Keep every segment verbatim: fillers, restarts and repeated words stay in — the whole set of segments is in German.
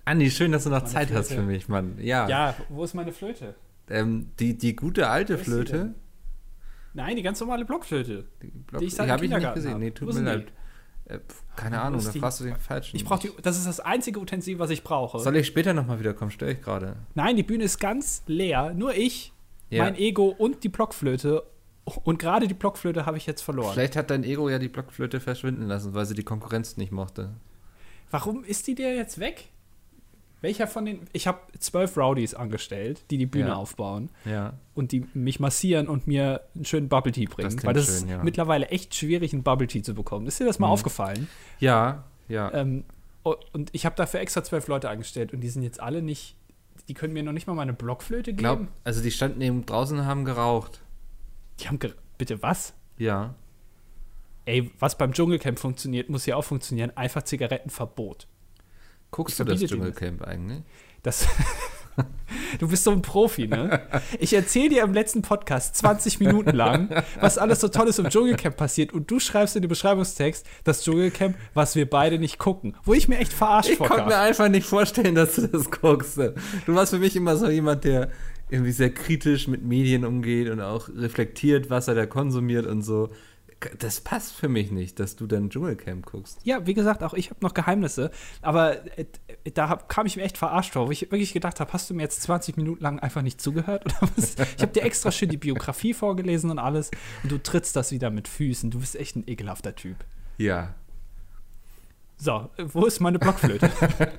Andi, schön, dass du noch Meine Zeit Flöte. hast für mich, Mann. Ja, Ja, wo ist meine Flöte? ähm, die, die gute alte Wo ist sie Flöte, denn? Nein, die ganz normale Blockflöte. die, Block, Die ich seit dem habe ich nicht Kindergarten gesehen. hab. Nee, tut Wo mir sind die? leid. Äh, pf, keine Wo Ahnung, ist da die? fragst du den Falschen. Ich brauche die. Das ist das einzige Utensil, was ich brauche. Soll ich später nochmal wiederkommen? Störe ich gerade? Nein, die Bühne ist ganz leer. Nur ich, Ja. mein Ego und die Blockflöte. Und gerade die Blockflöte habe ich jetzt verloren. Vielleicht hat dein Ego ja die Blockflöte verschwinden lassen, weil sie die Konkurrenz nicht mochte. Warum ist die der jetzt weg? Welcher von den. Ich habe zwölf Rowdies angestellt, die die Bühne Ja. aufbauen Ja. und die mich massieren und mir einen schönen Bubble Tea bringen. klingt Weil das schön, ist ja. mittlerweile echt schwierig, einen Bubble Tea zu bekommen. Ist dir das mal Mhm. aufgefallen? Ja, ja. Ähm, o- und ich habe dafür extra zwölf Leute angestellt und die sind jetzt alle nicht. Die können mir noch nicht mal meine Blockflöte geben. Glaub, also die standen eben draußen und haben geraucht. Die haben. Ger Bitte was? Ja. Ey, was beim Dschungelcamp funktioniert, muss hier auch funktionieren. Einfach Zigarettenverbot. Guckst Ich du das verbiete dir Dschungelcamp eigentlich? Das du bist so ein Profi, ne? Ich erzähle dir im letzten Podcast zwanzig Minuten lang, was alles so Tolles im Dschungelcamp passiert und du schreibst in den Beschreibungstext das Dschungelcamp, was wir beide nicht gucken. Wo ich mir echt verarscht Ich konnte mir vorkam. einfach nicht vorstellen, dass du das guckst. Du warst für mich immer so jemand, der irgendwie sehr kritisch mit Medien umgeht und auch reflektiert, was er da konsumiert und so. Das passt für mich nicht, dass du dann Dschungelcamp guckst. Ja, wie gesagt, auch ich habe noch Geheimnisse, aber äh, da hab, kam ich mir echt verarscht vor, wo ich wirklich gedacht habe, hast du mir jetzt zwanzig Minuten lang einfach nicht zugehört? Oder was? Ich habe dir extra schön die Biografie vorgelesen und alles und du trittst das wieder mit Füßen. Du bist echt ein ekelhafter Typ. Ja. So, äh, wo ist meine Blockflöte?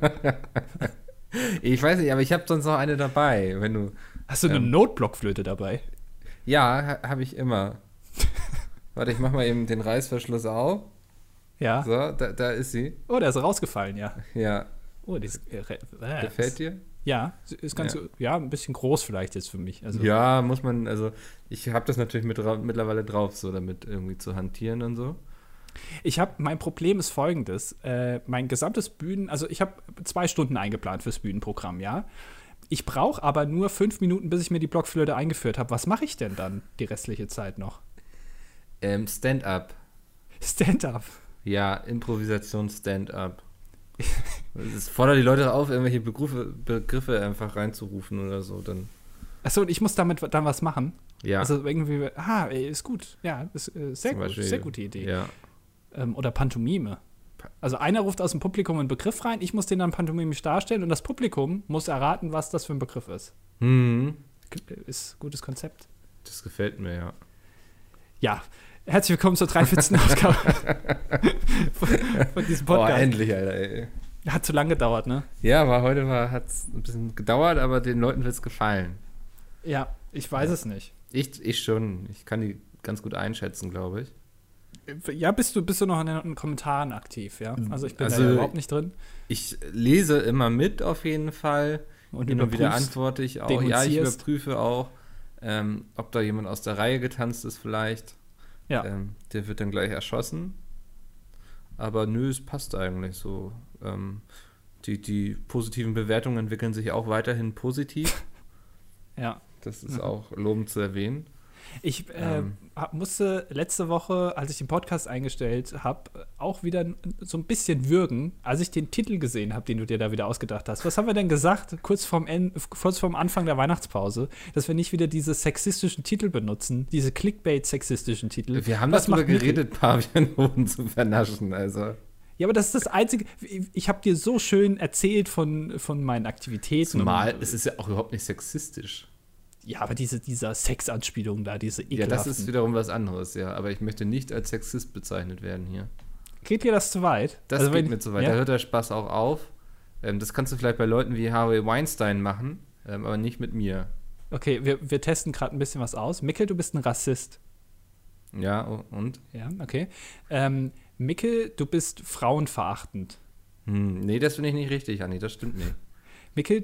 Ich weiß nicht, aber ich habe sonst noch eine dabei, wenn du. Hast du eine Ähm. Notblockflöte dabei? Ja, ha, habe ich immer. Warte, ich mach mal eben den Reißverschluss auf. Ja. So, da, da ist sie. Oh, der ist rausgefallen, ja. Ja. Oh, die ist, äh, re- äh, Gefällt dir? Ja, ist ganz, Ja. ja. ein bisschen groß vielleicht jetzt für mich. Also, Ja, muss man, also ich habe das natürlich mit, dra- mittlerweile drauf, so damit irgendwie zu hantieren und so. Ich habe, mein Problem ist folgendes. Äh, mein gesamtes Bühnen, also ich habe zwei Stunden eingeplant fürs Bühnenprogramm, ja. Ich brauche aber nur fünf Minuten, bis ich mir die Blockflöte eingeführt habe. Was mache ich denn dann die restliche Zeit noch? Ähm, Stand-up. Stand-up. Ja, Improvisation Stand-up. Es fordert die Leute auf, irgendwelche Begriffe, Begriffe einfach reinzurufen oder so. Dann. Achso, und ich muss damit dann was machen? Ja, Also irgendwie, ah, ey, ist gut. Ja, ist äh, sehr zum gut. Beispiel. Sehr gute Idee. Ja. Ähm, oder Pantomime. Also einer ruft aus dem Publikum einen Begriff rein, ich muss den dann pantomimisch darstellen und das Publikum muss erraten, was das für ein Begriff ist. Hm, Ist ein gutes Konzept. das gefällt mir, ja. Ja, herzlich willkommen zur dreiundvierzigsten Ausgabe von, von diesem Boah, Podcast. endlich, Alter, ey. Hat zu lange gedauert, ne? Ja, aber heute hat es ein bisschen gedauert, aber den Leuten wird es gefallen. Ja, ich weiß Ja. es nicht. Ich, ich schon. Ich kann die ganz gut einschätzen, glaube ich. Ja, bist du, bist du noch in den Kommentaren aktiv, ja? Also ich bin Also, da ja überhaupt nicht drin. Ich lese immer mit auf jeden Fall. Und Hin und wieder überprüfst, antworte ich auch. Ja, ich denunzierst. überprüfe auch, ähm, ob da jemand aus der Reihe getanzt ist vielleicht. Ja. Ähm, der wird dann gleich erschossen. Aber nö, es passt eigentlich so. Ähm, die, die positiven Bewertungen entwickeln sich auch weiterhin positiv. Ja. Das ist Mhm. auch lobend zu erwähnen. Ich äh, Ähm. hab- musste letzte Woche, als ich den Podcast eingestellt habe, auch wieder n- so ein bisschen würgen, als ich den Titel gesehen habe, den du dir da wieder ausgedacht hast. Was haben wir denn gesagt, kurz vorm, End, kurz vorm Anfang der Weihnachtspause, dass wir nicht wieder diese sexistischen Titel benutzen, diese Clickbait-sexistischen Titel. Wir haben Was darüber macht Mikkel? geredet, Pavianhoden zu vernaschen. Also. Ja, aber das ist das Einzige. Ich, ich habe dir so schön erzählt von, von meinen Aktivitäten. Zumal, und, es ist ja auch überhaupt nicht sexistisch. ja, aber diese, dieser Sexanspielung da, diese Ja, ekelhaften. das ist wiederum was anderes, ja. Aber ich möchte nicht als Sexist bezeichnet werden hier. Geht dir das zu weit? Das Also geht wenn- mir zu weit. Ja? Da hört der Spaß auch auf. Ähm, das kannst du vielleicht bei Leuten wie Harvey Weinstein machen, ähm, aber nicht mit mir. Okay, wir, wir testen gerade ein bisschen was aus. Mikkel, du bist ein Rassist. Ja, o- und? Ja, okay. Ähm, Mikkel, du bist frauenverachtend. Hm, nee, das finde ich nicht richtig, Anni. Das stimmt nicht. Mikkel,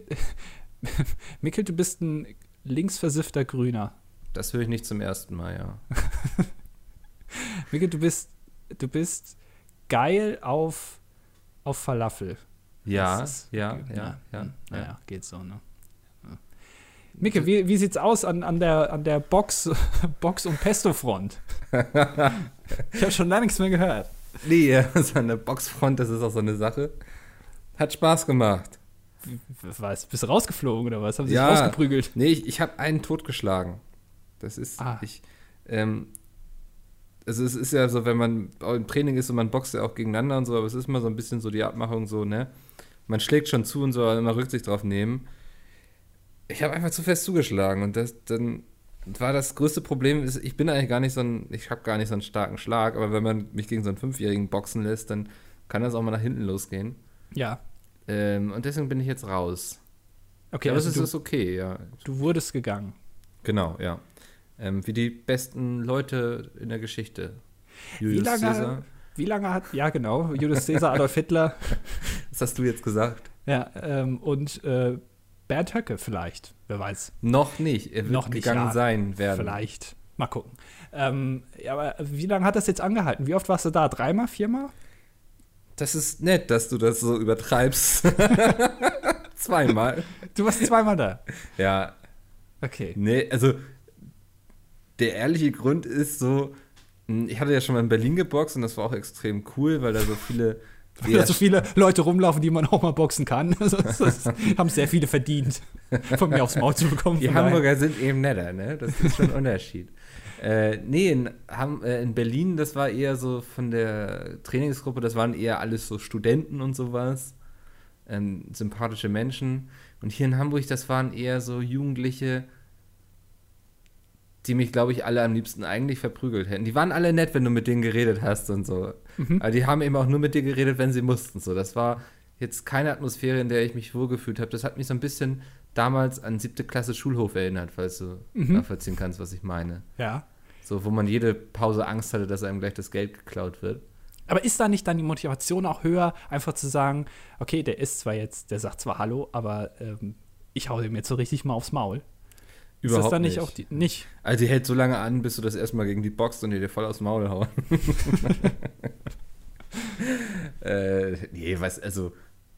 Mikkel, du bist ein linksversiffter Grüner. Das höre ich nicht zum ersten Mal, ja. Mikkel, du bist, du bist geil auf, auf Falafel. Ja, Das ist- ja, ja, ja. Ja, ja. ja, geht so, ne? Ja. Mikkel, wie, wie sieht's aus an, an der, an der Box, Box- und Pesto-Front? Ich habe schon lange nichts mehr gehört. Nee, so eine Boxfront, das ist auch so eine Sache. Hat Spaß gemacht. Was? Bist du rausgeflogen oder was? Haben sie Ja, sich rausgeprügelt? Nee, ich, ich habe einen totgeschlagen. Das ist, Ah. ich, ähm, also es ist ja so, wenn man auch im Training ist und man boxt ja auch gegeneinander und so, aber es ist immer so ein bisschen so die Abmachung so, ne? Man schlägt schon zu und so, aber immer Rücksicht drauf nehmen. Ich habe einfach zu fest zugeschlagen und das dann war das größte Problem, ist, ich bin eigentlich gar nicht so ein, ich habe gar nicht so einen starken Schlag, aber wenn man mich gegen so einen Fünfjährigen boxen lässt, dann kann das auch mal nach hinten losgehen. Ja. Ähm, und deswegen bin ich jetzt raus. Okay, aber also es du, ist okay, ja. du wurdest gegangen. Genau, ja. Ähm, wie die besten Leute in der Geschichte. Wie Julius lange, Caesar. wie lange hat, ja genau, Julius Caesar, Adolf Hitler, Das hast du jetzt gesagt. ja, ähm, und äh, Bernd Höcke vielleicht, wer weiß. Noch nicht. Er wird Noch nicht, gegangen ja, sein werden. Vielleicht. Mal gucken. Ähm, ja, aber wie lange hat das jetzt angehalten? Wie oft warst du da? Dreimal, viermal? Das ist nett, dass du das so übertreibst. Zweimal. Du warst zweimal da. Ja. Okay. Nee, also der ehrliche Grund ist so, ich hatte ja schon mal in Berlin geboxt und das war auch extrem cool, weil da so viele Weil da so viele Leute rumlaufen, die man auch mal boxen kann. Also, das, das haben sehr viele verdient, von mir aufs Maul zu bekommen. Die Von daher- Hamburger sind eben netter, ne? Das ist schon ein Unterschied. Äh, nee, in, Ham, äh, in Berlin, das war eher so von der Trainingsgruppe, das waren eher alles so Studenten und sowas. Ähm, sympathische Menschen. Und hier in Hamburg, das waren eher so Jugendliche, die mich, glaube ich, alle am liebsten eigentlich verprügelt hätten. Die waren alle nett, wenn du mit denen geredet hast und so. Mhm. Aber die haben eben auch nur mit dir geredet, wenn sie mussten. So, das war jetzt keine Atmosphäre, in der ich mich wohlgefühlt habe. Das hat mich so ein bisschen damals an siebte Klasse Schulhof erinnert, falls du Mhm. nachvollziehen kannst, was ich meine. Ja. So, wo man jede Pause Angst hatte, dass einem gleich das Geld geklaut wird. Aber ist da nicht dann die Motivation auch höher, einfach zu sagen, okay, der ist zwar jetzt, der sagt zwar Hallo, aber ähm, ich hau dem jetzt so richtig mal aufs Maul. Ist das dann nicht, auch die, nicht? Also die hält so lange an, bis du das erstmal gegen die boxt und die dir voll aufs Maul hauen. äh, nee, was, also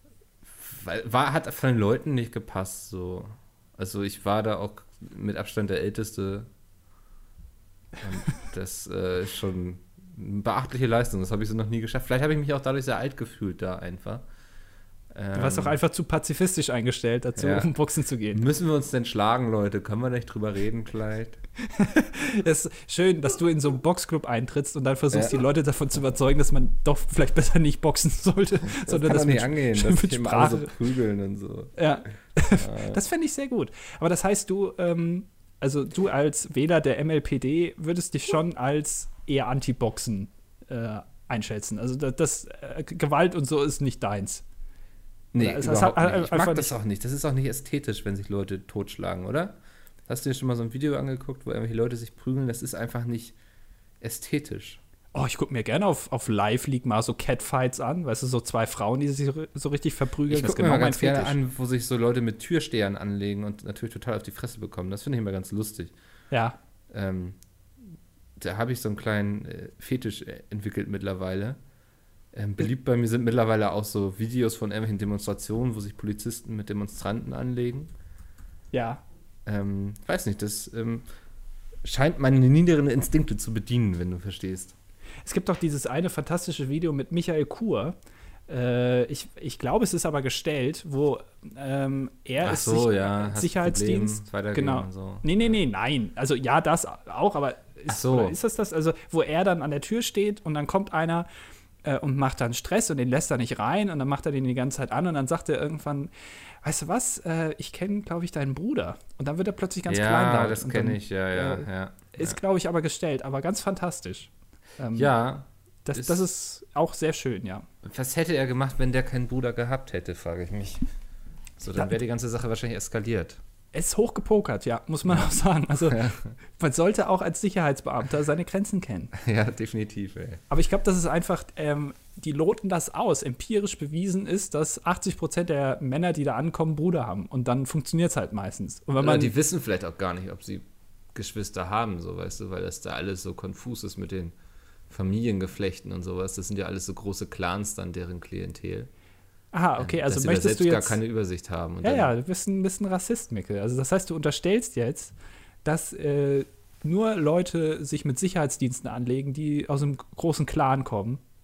war, hat von den Leuten nicht gepasst, so. Also ich war da auch mit Abstand der Älteste. Und das äh, ist schon eine beachtliche Leistung. Das habe ich so noch nie geschafft. Vielleicht habe ich mich auch dadurch sehr alt gefühlt da einfach. Du warst doch einfach zu pazifistisch eingestellt dazu, ja. um boxen zu gehen. Müssen wir uns denn schlagen, Leute? Können wir nicht drüber reden vielleicht? Es ist schön, dass du in so einen Boxclub eintrittst und dann versuchst, Ja. die Leute davon zu überzeugen, dass man doch vielleicht besser nicht boxen sollte, Das sondern kann das doch nicht mit, angehen, mit dass sich immer alle so Sprache. prügeln und so. Ja, Äh, das fände ich sehr gut. Aber das heißt, du, ähm, also du als Wähler der M L P D würdest dich schon als eher Anti-Boxen äh, einschätzen. Also das, das äh, Gewalt und so ist nicht deins. Nee, Also es überhaupt hat- nicht. Ich einfach mag das nicht- auch nicht. Das ist auch nicht ästhetisch, wenn sich Leute totschlagen, oder? Hast du dir schon mal so ein Video angeguckt, wo irgendwelche Leute sich prügeln? Das ist einfach nicht ästhetisch. Oh, ich gucke mir gerne auf, auf Live-League mal so Catfights an, weißt du, so zwei Frauen, die sich so- so richtig verprügeln. Ich Das ist gucke mir genau mal mein ganz gerne Fetisch. an, wo sich so Leute mit Türstehern anlegen und natürlich total auf die Fresse bekommen. Das finde ich immer ganz lustig. Ja, Ähm, da habe ich so einen kleinen äh, Fetisch äh, entwickelt mittlerweile. Ähm, beliebt bei mir sind mittlerweile auch so Videos von irgendwelchen Demonstrationen, wo sich Polizisten mit Demonstranten anlegen. ja. Ähm, weiß nicht, das ähm, scheint meine niederen Instinkte zu bedienen, wenn du verstehst. Es gibt doch dieses eine fantastische Video mit Michael Kur. Äh, ich, ich glaube, es ist aber gestellt, wo ähm, er Ach ist so, Sich- ja, hast Sicherheitsdienst. Problem, weitergehen Genau. und so. Nee, nee, nee, nein. Also ja, das auch, aber ist, Ach so. oder ist das das? Also, wo er dann an der Tür steht und dann kommt einer äh, und macht dann Stress und den lässt er nicht rein und dann macht er den die ganze Zeit an und dann sagt er irgendwann, weißt du was, äh, ich kenne, glaube ich, deinen Bruder. Und dann wird er plötzlich ganz ja, kleinlaut. das Und kenne dann, ich, ja, ja, äh, ja. Ist, glaube ich, aber gestellt, aber ganz fantastisch. Ähm, Ja, Das, ist- das ist auch sehr schön, ja. was hätte er gemacht, wenn der keinen Bruder gehabt hätte, frage ich mich. So, dann Ja. wäre die ganze Sache wahrscheinlich eskaliert. Es ist hochgepokert, ja, muss man auch sagen. Also, man sollte auch als Sicherheitsbeamter seine Grenzen kennen. Ja, definitiv, ey. Aber ich glaube, das ist einfach, ähm, die loten das aus. Empirisch bewiesen ist, dass achtzig Prozent der Männer, die da ankommen, Bruder haben. Und dann funktioniert es halt meistens. Und wenn Oder man, die wissen vielleicht auch gar nicht, ob sie Geschwister haben, so, weißt du, weil das da alles so konfus ist mit den Familiengeflechten und sowas. Das sind ja alles so große Clans dann, deren Klientel. aha, okay, also dass sie da möchtest selbst du gar jetzt, keine Übersicht haben. Und ja, dann, ja, du bist ein bisschen Rassist, Mikkel. Also das heißt, du unterstellst jetzt, dass äh, nur Leute sich mit Sicherheitsdiensten anlegen, die aus einem großen Clan kommen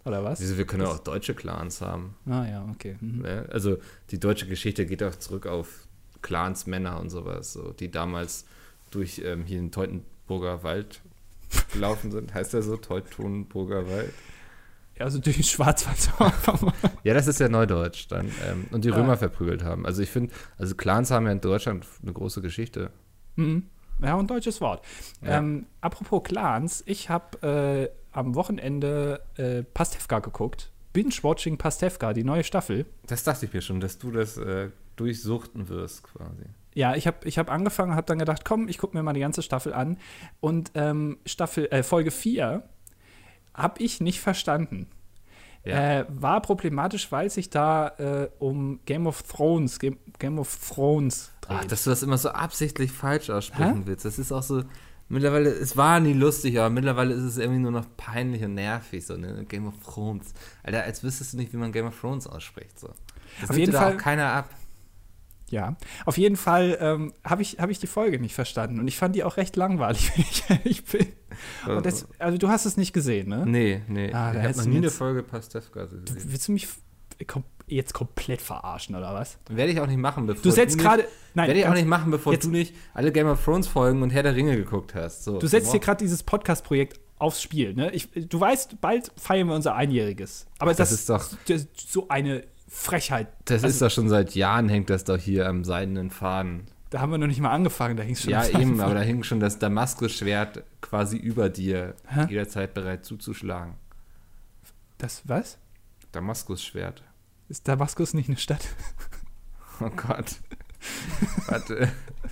Oder was? Wieso, wir können ja auch deutsche Clans haben. Ah ja, okay. Mhm. Ne? Also die deutsche Geschichte geht auch zurück auf Clansmänner und sowas, so, die damals durch ähm, hier den Teutoburger Wald gelaufen sind. Heißt der so? Teutoburger Wald? Ja, also durch den Schwarzwald. Ja, das ist ja Neudeutsch dann. Ähm, und die Ja. Römer verprügelt haben. Also ich finde, also Clans haben ja in Deutschland eine große Geschichte. Mhm. Ja, ein deutsches Wort. Ja. Ähm, apropos Clans, ich habe äh, am Wochenende äh, Pastewka geguckt. Binge-Watching Pastewka, die neue Staffel. Das dachte ich mir schon, dass du das äh, durchsuchten wirst quasi. Ja, ich habe ich hab angefangen, habe dann gedacht, komm, ich gucke mir mal die ganze Staffel an. Und ähm, Staffel, äh, Folge vier habe ich nicht verstanden. Ja. Äh, war problematisch, weil sich da äh, um Game of Thrones, Game, Game of Thrones dreht. Ach, dass du das immer so absichtlich falsch aussprechen Hä? willst. Das ist auch so, mittlerweile, es war nie lustig, aber mittlerweile ist es irgendwie nur noch peinlich und nervig, so, ne? Game of Thrones. Alter, als wüsstest du nicht, wie man Game of Thrones ausspricht, so. Das Auf nimmt jeden dir da Fall- auch keiner ab. Ja, auf jeden Fall ähm, habe ich, hab ich die Folge nicht verstanden. Und ich fand die auch recht langweilig, wenn ich ehrlich bin. Und das, also du hast es nicht gesehen, ne? Nee, nee. Ah, da ich habe hättest noch du nie eine jetzt- Folge Pastewka gesehen. Willst du mich f- kom jetzt komplett verarschen, oder was? Werde ich auch nicht machen, bevor Du setzt nicht- gerade. Nein, Werde ich auch ganz- nicht machen, bevor jetzt- du nicht alle Game of Thrones Folgen und Herr der Ringe geguckt hast. So, Du setzt hier boah. gerade dieses Podcast-Projekt aufs Spiel, ne? Ich, du weißt, bald feiern wir unser Einjähriges. Aber das, Das ist doch- das ist so eine Frechheit. Das Also, ist doch schon seit Jahren, hängt das doch hier am seidenen Faden. Da haben wir noch nicht mal angefangen, da hing es schon Ja, am eben, Anfang. aber da hing schon das Damaskusschwert quasi über dir, Hä? jederzeit bereit zuzuschlagen. Das, was? Damaskusschwert. Ist Damaskus nicht eine Stadt? Oh Gott. Warte.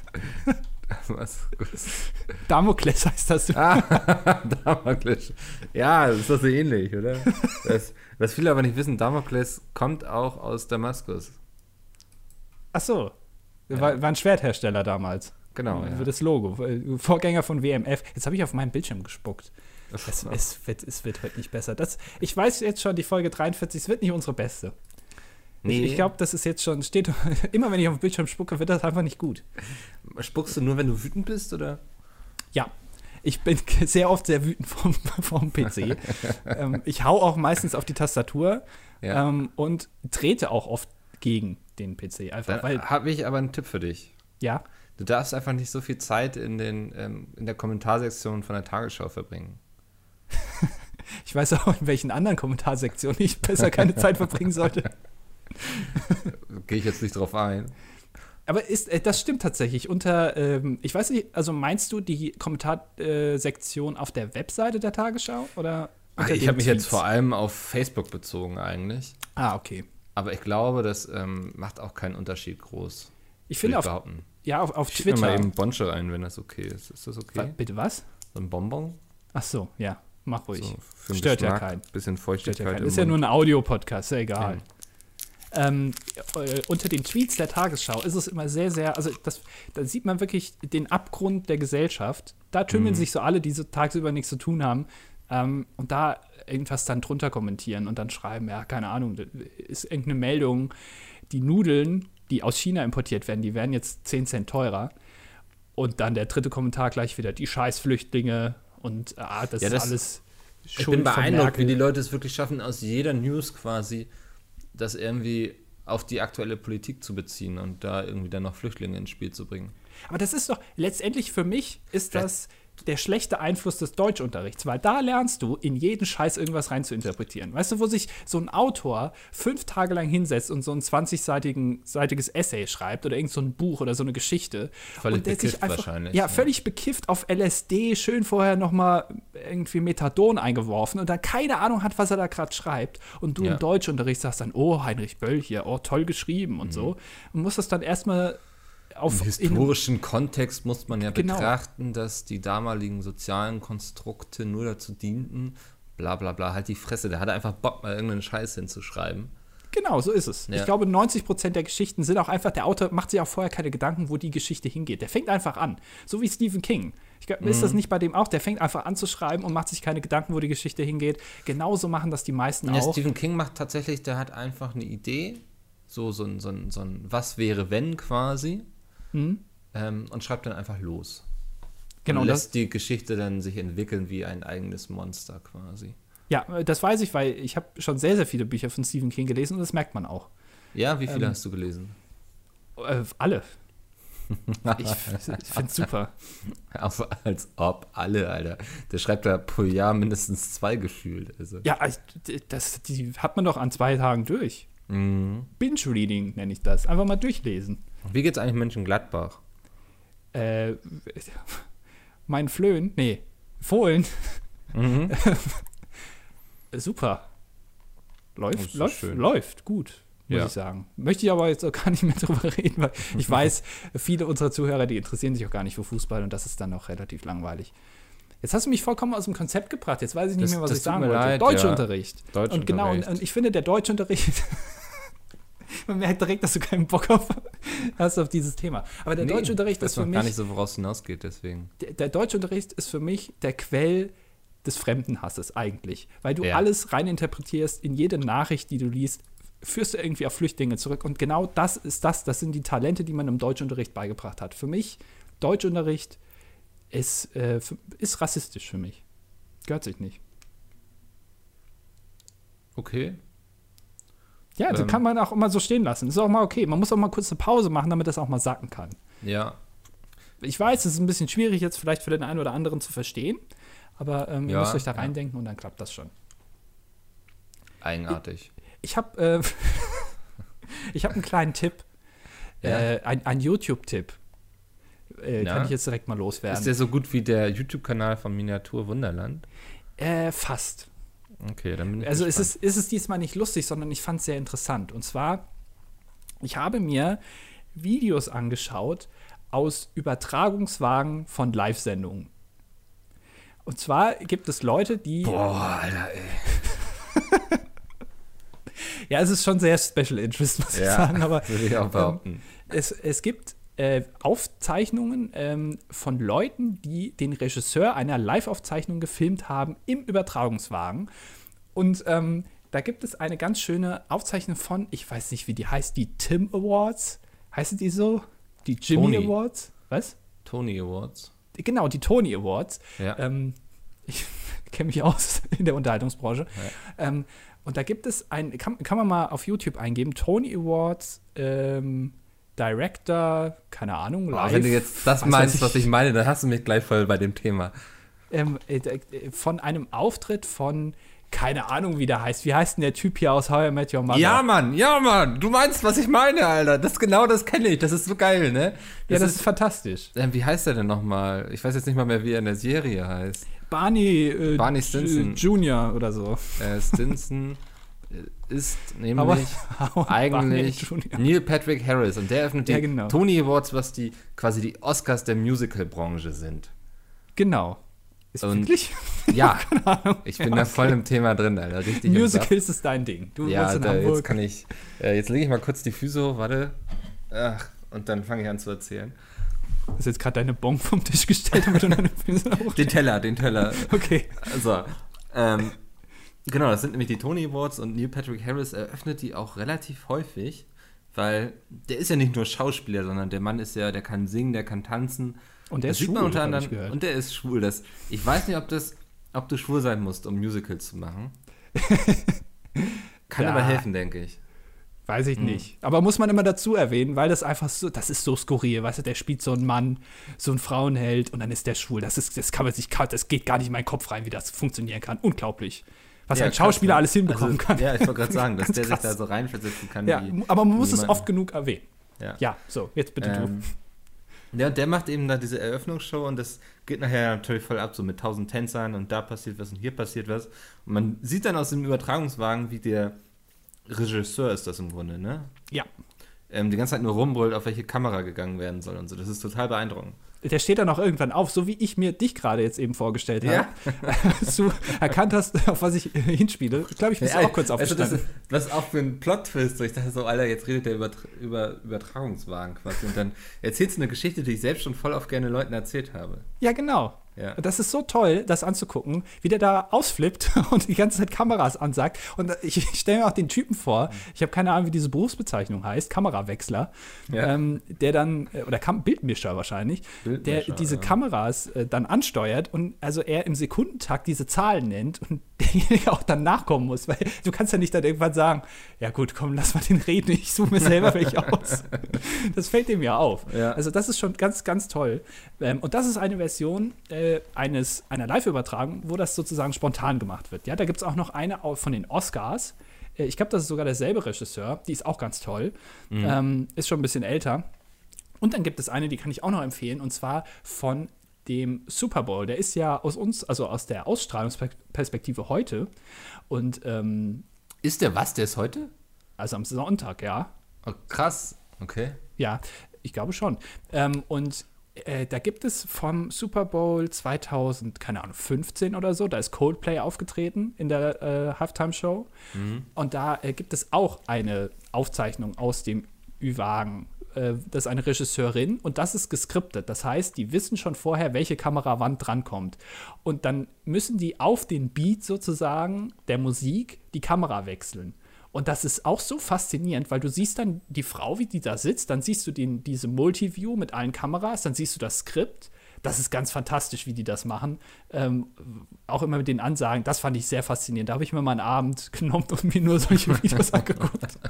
Damaskus. Damokles heißt das. Ah, Damokles. Ja, das ist doch so ähnlich, oder? Das, was viele aber nicht wissen, Damokles kommt auch aus Damaskus. Ach so. Ja. War, war ein Schwerthersteller damals. Genau, ja. Für das Logo. Vorgänger von W M F. Jetzt habe ich auf meinen Bildschirm gespuckt. Es, es, wird, es wird heute nicht besser. Das, ich weiß jetzt schon, die Folge dreiundvierzig, es wird nicht unsere beste. Nee. Ich, ich glaube, das ist jetzt schon, steht, immer wenn ich auf den Bildschirm spucke, wird das einfach nicht gut. Spuckst du nur, wenn du wütend bist, oder? Ja, ich bin sehr oft sehr wütend vom, vom P C. ähm, ich hau auch meistens auf die Tastatur Ja. ähm, und trete auch oft gegen den P C. Einfach, weil, Da habe ich aber einen Tipp für dich. ja, Du darfst einfach nicht so viel Zeit in, den, ähm, in der Kommentarsektion von der Tagesschau verbringen. ich weiß auch, in welchen anderen Kommentarsektionen ich besser keine Zeit verbringen sollte. Gehe ich jetzt nicht drauf ein. Aber ist, äh, das stimmt tatsächlich. Unter, ähm, ich weiß nicht, also meinst du die Kommentarsektion auf der Webseite der Tagesschau? Oder Ach, unter ich den habe mich jetzt Tweets? vor allem auf Facebook bezogen eigentlich. Ah, okay. Aber ich glaube, das ähm, macht auch keinen Unterschied groß. Ich würde finde, auf, behaupten. ja, auf, auf Schick mir mal Twitter. eben Bonche ein, wenn das okay ist. Ist das Wa- okay? Bitte was? So ein Bonbon? Ach so, ja, mach ruhig. So für den Stört ja Geschmack, keinen. Bisschen Stört Feuchtigkeit ja keinen. im Ist ja nur Mund. ein Audiopodcast, ist ja egal. Ja. Ähm, äh, unter den Tweets der Tagesschau ist es immer sehr, sehr, also das, da sieht man wirklich den Abgrund der Gesellschaft. Da tümmeln Mhm. sich so alle, die so tagsüber nichts zu tun haben ähm, und da irgendwas dann drunter kommentieren und dann schreiben, ja, keine Ahnung, da ist irgendeine Meldung, die Nudeln, die aus China importiert werden, die werden jetzt zehn Cent teurer. Und dann der dritte Kommentar gleich wieder, die Scheißflüchtlinge und ah, das Ja, ist das- alles Ich Schuld bin von beeindruckt, Merkel. wie die Leute es wirklich schaffen, aus jeder News quasi das irgendwie auf die aktuelle Politik zu beziehen und da irgendwie dann noch Flüchtlinge ins Spiel zu bringen. Aber das ist doch, letztendlich für mich ist das der schlechte Einfluss des Deutschunterrichts, weil da lernst du, in jeden Scheiß irgendwas rein zu interpretieren. Weißt du, wo sich so ein Autor fünf Tage lang hinsetzt und so ein zwanzig-seitiges Essay schreibt oder irgend so ein Buch oder so eine Geschichte. Völlig und der sich bekifft einfach, wahrscheinlich, Ja, ja. völlig bekifft auf L S D, schön vorher noch mal irgendwie Methadon eingeworfen und dann keine Ahnung hat, was er da gerade schreibt. Und du Ja. im Deutschunterricht sagst dann, oh, Heinrich Böll hier, oh, toll geschrieben und Mhm. so. Und musst das dann erstmal auf Im historischen Kontext muss man ja Genau. betrachten, dass die damaligen sozialen Konstrukte nur dazu dienten, bla bla bla, halt die Fresse. Der hatte einfach Bock, mal irgendeinen Scheiß hinzuschreiben. Genau, so ist es. Ja. Ich glaube, neunzig Prozent der Geschichten sind auch einfach, der Autor macht sich auch vorher keine Gedanken, wo die Geschichte hingeht. Der fängt einfach an. So wie Stephen King. Ich glaub, ist das nicht bei dem auch? Der fängt einfach an zu schreiben und macht sich keine Gedanken, wo die Geschichte hingeht. Genauso machen das die meisten Ja, auch. Stephen King macht tatsächlich, der hat einfach eine Idee, so, so ein, so ein, so ein Was wäre wenn quasi, Hm? ähm, und schreibt dann einfach los. Genau, und das, lässt die Geschichte dann sich entwickeln wie ein eigenes Monster quasi. Ja, das weiß ich, weil ich habe schon sehr, sehr viele Bücher von Stephen King gelesen und das merkt man auch. Ja, wie viele Ähm, hast du gelesen? Äh, alle. Ich, ich finde es super. Auf, als ob alle, Alter. Der schreibt da pro Jahr mindestens zwei gefühlt. Also. Ja, also, das, die hat man doch an zwei Tagen durch. Mhm. Binge-Reading nenne ich das. Einfach mal durchlesen. Wie geht's eigentlich Mönchengladbach? Äh, mein Flöhen, nee, Fohlen. Mhm. Super. Läuft, so läuft, schön. läuft gut, muss Ja. ich sagen. Möchte ich aber jetzt auch gar nicht mehr drüber reden, weil ich weiß, viele unserer Zuhörer, die interessieren sich auch gar nicht für Fußball und das ist dann auch relativ langweilig. Jetzt hast du mich vollkommen aus dem Konzept gebracht. Jetzt weiß ich nicht Das- mehr, was das ich tut sagen mir wollte. leid, Deutschunterricht. ja. Und genau, und, Deutschunterricht. und ich finde, der Deutschunterricht, man merkt direkt, dass du keinen Bock auf, hast auf dieses Thema. Aber der Nee, Deutschunterricht ich ist weiß für noch mich gar nicht so, woraus es hinausgeht, deswegen. der, der Deutschunterricht ist für mich der Quell des Fremdenhasses eigentlich. Weil du Ja. alles reininterpretierst in jede Nachricht, die du liest, führst du irgendwie auf Flüchtlinge zurück. Und genau das ist das, das sind die Talente, die man im Deutschunterricht beigebracht hat. Für mich, Deutschunterricht ist, äh, für, ist rassistisch für mich. Gehört sich nicht. Okay. Ja, das Ähm. kann man auch immer so stehen lassen. Ist auch mal okay. Man muss auch mal kurz eine Pause machen, damit das auch mal sacken kann. Ja. Ich weiß, es ist ein bisschen schwierig jetzt vielleicht für den einen oder anderen zu verstehen, aber ähm, ihr Ja, müsst euch da ja. reindenken und dann klappt das schon. Eigenartig. Ich habe äh, ich hab einen kleinen Tipp, Ja. äh, ein, ein YouTube-Tipp. Äh, Ja. Kann ich jetzt direkt mal Ist loswerden. der so gut wie der YouTube-Kanal von Miniatur Wunderland? Äh, fast. Okay, dann bin ich Also ist gespannt. es, ist es diesmal nicht lustig, sondern ich fand es sehr interessant. Und zwar, ich habe mir Videos angeschaut aus Übertragungswagen von Live-Sendungen. Und zwar gibt es Leute, die. Boah, Alter, ey. Ja, es ist schon sehr Special Interest, muss ich Ja, sagen, aber würde ich auch behaupten. es, es gibt äh, Aufzeichnungen ähm, von Leuten, die den Regisseur einer Live-Aufzeichnung gefilmt haben im Übertragungswagen. Und ähm, da gibt es eine ganz schöne Aufzeichnung von, ich weiß nicht, wie die heißt, die Tim Awards. Heißen die so? Die Jimmy Tony. Awards? Was? Tony Awards. Genau, die Tony Awards. Ja. Ähm, ich kenne mich aus in der Unterhaltungsbranche. Ja. Ähm, und da gibt es ein, kann, kann man mal auf YouTube eingeben, Tony Awards, ähm, Director, keine Ahnung, Boah, live. wenn du jetzt das weiß meinst, was was ich meine, dann hast du mich gleich voll bei dem Thema. Ähm, äh, äh, von einem Auftritt von, keine Ahnung, wie der heißt. Wie heißt denn der Typ hier aus How I Met Your Mother? Ja, Mann, ja, Mann, du meinst, was ich meine, Alter. Das genau das kenne ich. Das ist so geil, ne? ja, das ist fantastisch. Ähm, wie heißt er denn nochmal? Ich weiß jetzt nicht mal mehr, wie er in der Serie heißt. Barney, äh, Barney Stinson. J- Junior oder so. Äh, Stinson ist Aber- nämlich aber eigentlich Barney Junior. Neil Patrick Harris. Und der öffnet die Ja, genau. Tony Awards, was die quasi die Oscars der Musical-Branche sind. Genau. Ist Und- wirklich? Ja, Keine Ahnung. ich bin Ja, da okay. voll im Thema drin, Alter. Richtig im Saft. Musicals ist dein Ding. Du Ja, wohnst in da, jetzt Hamburg. kann ich. Äh, jetzt lege ich mal kurz die Füße hoch, warte. Ach, und dann fange ich an zu erzählen. Du hast jetzt gerade deine Bon vom Tisch gestellt, damit du deine Füße hoch. Den Teller, den Teller. Okay. Also, ähm, genau, das sind nämlich die Tony Awards und Neil Patrick Harris eröffnet die auch relativ häufig, weil der ist ja nicht nur Schauspieler, sondern der Mann ist ja, der kann singen, der kann tanzen. Und der Das ist sieht man schwul, unter hab ich anderem. gehört. Und der ist schwul. Das, ich weiß nicht, ob das, ob du schwul sein musst, um Musicals zu machen. Kann Ja. aber helfen, denke ich. Weiß Hm. ich nicht. Aber muss man immer dazu erwähnen, weil das einfach so, das ist so skurril, weißt du, der spielt so einen Mann, so einen Frauenheld und dann ist der schwul. Das ist, das kann man sich, das geht gar nicht in meinen Kopf rein, wie das funktionieren kann. Unglaublich. Was Ja, ein krass, Schauspieler ne? alles hinbekommen Also, kann. Ja, ich wollte gerade sagen, dass Ganz der sich krass. da so reinversetzen kann. Ja, wie, aber man muss wie es jemand- oft genug erwähnen. Ja. Ja, so, jetzt bitte Ähm, ja, und der macht eben da diese Eröffnungsshow und das geht nachher natürlich voll ab, so mit tausend Tänzern und da passiert was und hier passiert was. Und man sieht dann aus dem Übertragungswagen, wie der Regisseur ist das im Grunde, ne? du. Ja. Ähm, die ganze Zeit nur rumbrüllt, auf welche Kamera gegangen werden soll und so. Das ist total beeindruckend. Der steht dann auch irgendwann auf, so wie ich mir dich gerade jetzt eben vorgestellt habe. Ja. Dass du erkannt hast, auf was ich äh, hinspiele. Ich glaube, ich bist Ja, auch kurz also das aufgestanden. ist, was auch für ein Plot-Twist. So, ich dachte so, Alter, jetzt redet der über, über Übertragungswagen quasi. Und dann erzählst du eine Geschichte, die ich selbst schon voll oft gerne Leuten erzählt habe. Ja, genau. Ja. Und das ist so toll, das anzugucken, wie der da ausflippt und die ganze Zeit Kameras ansagt. Und ich, ich stelle mir auch den Typen vor, ich habe keine Ahnung, wie diese Berufsbezeichnung heißt, Kamerawechsler, Ja. ähm, der dann, äh, oder Kam Bildmischer wahrscheinlich, der diese ja. Kameras äh, dann ansteuert und also er im Sekundentakt diese Zahlen nennt und derjenige auch dann nachkommen muss, weil du kannst ja nicht dann irgendwann sagen, ja gut, komm, lass mal den reden, ich suche mir selber welche aus. Das fällt dem ja auf. Ja. Also das ist schon ganz, ganz toll. Ähm, und das ist eine Version äh, eines, einer Live-Übertragung, wo das sozusagen spontan gemacht wird. Ja, da gibt es auch noch eine von den Oscars. Äh, ich glaube, das ist sogar derselbe Regisseur. Die ist auch ganz toll. Mhm. Ähm, ist schon ein bisschen älter. Und dann gibt es eine, die kann ich auch noch empfehlen, und zwar von dem Super Bowl. Der ist ja aus uns, also aus der Ausstrahlungsperspektive heute. Und ähm, ist der was? Der ist heute? Also am Sonntag, ja. Oh, krass. Okay. Ja, ich glaube schon. Ähm, und äh, da gibt es vom Super Bowl zweitausend, keine Ahnung, fünfzehn oder so, da ist Coldplay aufgetreten in der äh, Halftime-Show. Mhm. Und da äh, gibt es auch eine Aufzeichnung aus dem Ü-Wagen. Das ist eine Regisseurin und das ist geskriptet. Das heißt, die wissen schon vorher, welche Kamera wann drankommt. Und dann müssen die auf den Beat sozusagen der Musik die Kamera wechseln. Und das ist auch so faszinierend, weil du siehst dann die Frau, wie die da sitzt, dann siehst du den, diese Multiview mit allen Kameras, dann siehst du das Skript. Das ist ganz fantastisch, wie die das machen. Ähm, auch immer mit den Ansagen, das fand ich sehr faszinierend. Da habe ich mir mal einen Abend genommen und mir nur solche Videos angeguckt.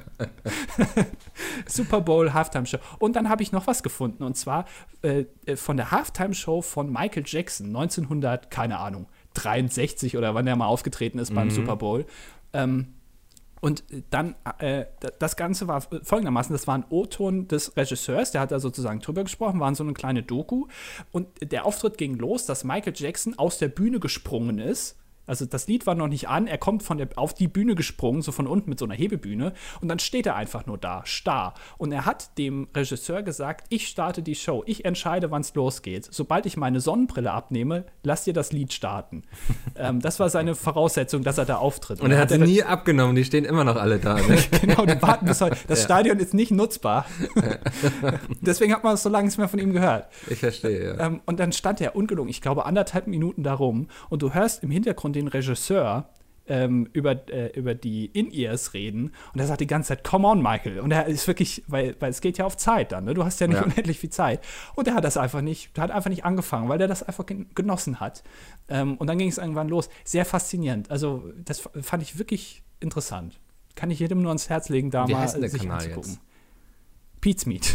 Super Bowl Halftime Show. Und dann habe ich noch was gefunden, und zwar äh, von der Halftime Show von Michael Jackson, neunzehnhundert, keine Ahnung, dreiundsechzig oder wann der mal aufgetreten ist beim mhm. Super Bowl. Ähm, Und dann, äh, das Ganze war folgendermaßen, das war ein O-Ton des Regisseurs, der hat da sozusagen drüber gesprochen, war so eine kleine Doku. Und der Auftritt ging los, dass Michael Jackson aus der Bühne gesprungen ist. Also das Lied war noch nicht an, er kommt von der, auf die Bühne gesprungen, so von unten mit so einer Hebebühne. Und dann steht er einfach nur da, starr. Und er hat dem Regisseur gesagt, ich starte die Show, ich entscheide, wann es losgeht. Sobald ich meine Sonnenbrille abnehme, lass dir das Lied starten. ähm, das war seine Voraussetzung, dass er da auftritt. Und, Und er hat sie nie abgenommen, die stehen immer noch alle da. Ne? Genau, die warten bis heute. Das ja. Stadion ist nicht nutzbar. Deswegen hat man so lange nichts mehr von ihm gehört. Ich verstehe, ja. Ähm, und dann stand er ungelungen, ich glaube, anderthalb Minuten da rum. Und du hörst im Hintergrund den Regisseur ähm, über, äh, über die In-Ears reden und er sagt die ganze Zeit, come on, Michael. Und er ist wirklich, weil, weil es geht ja auf Zeit dann, ne? Du hast ja nicht ja. unendlich viel Zeit. Und er hat das einfach nicht, hat einfach nicht angefangen, weil der das einfach genossen hat. Ähm, und dann ging es irgendwann los. Sehr faszinierend. Also das fand ich wirklich interessant. Kann ich jedem nur ans Herz legen, da Wie mal heißt denn der sich Kanal anzugucken. Jetzt? Pete's Meat.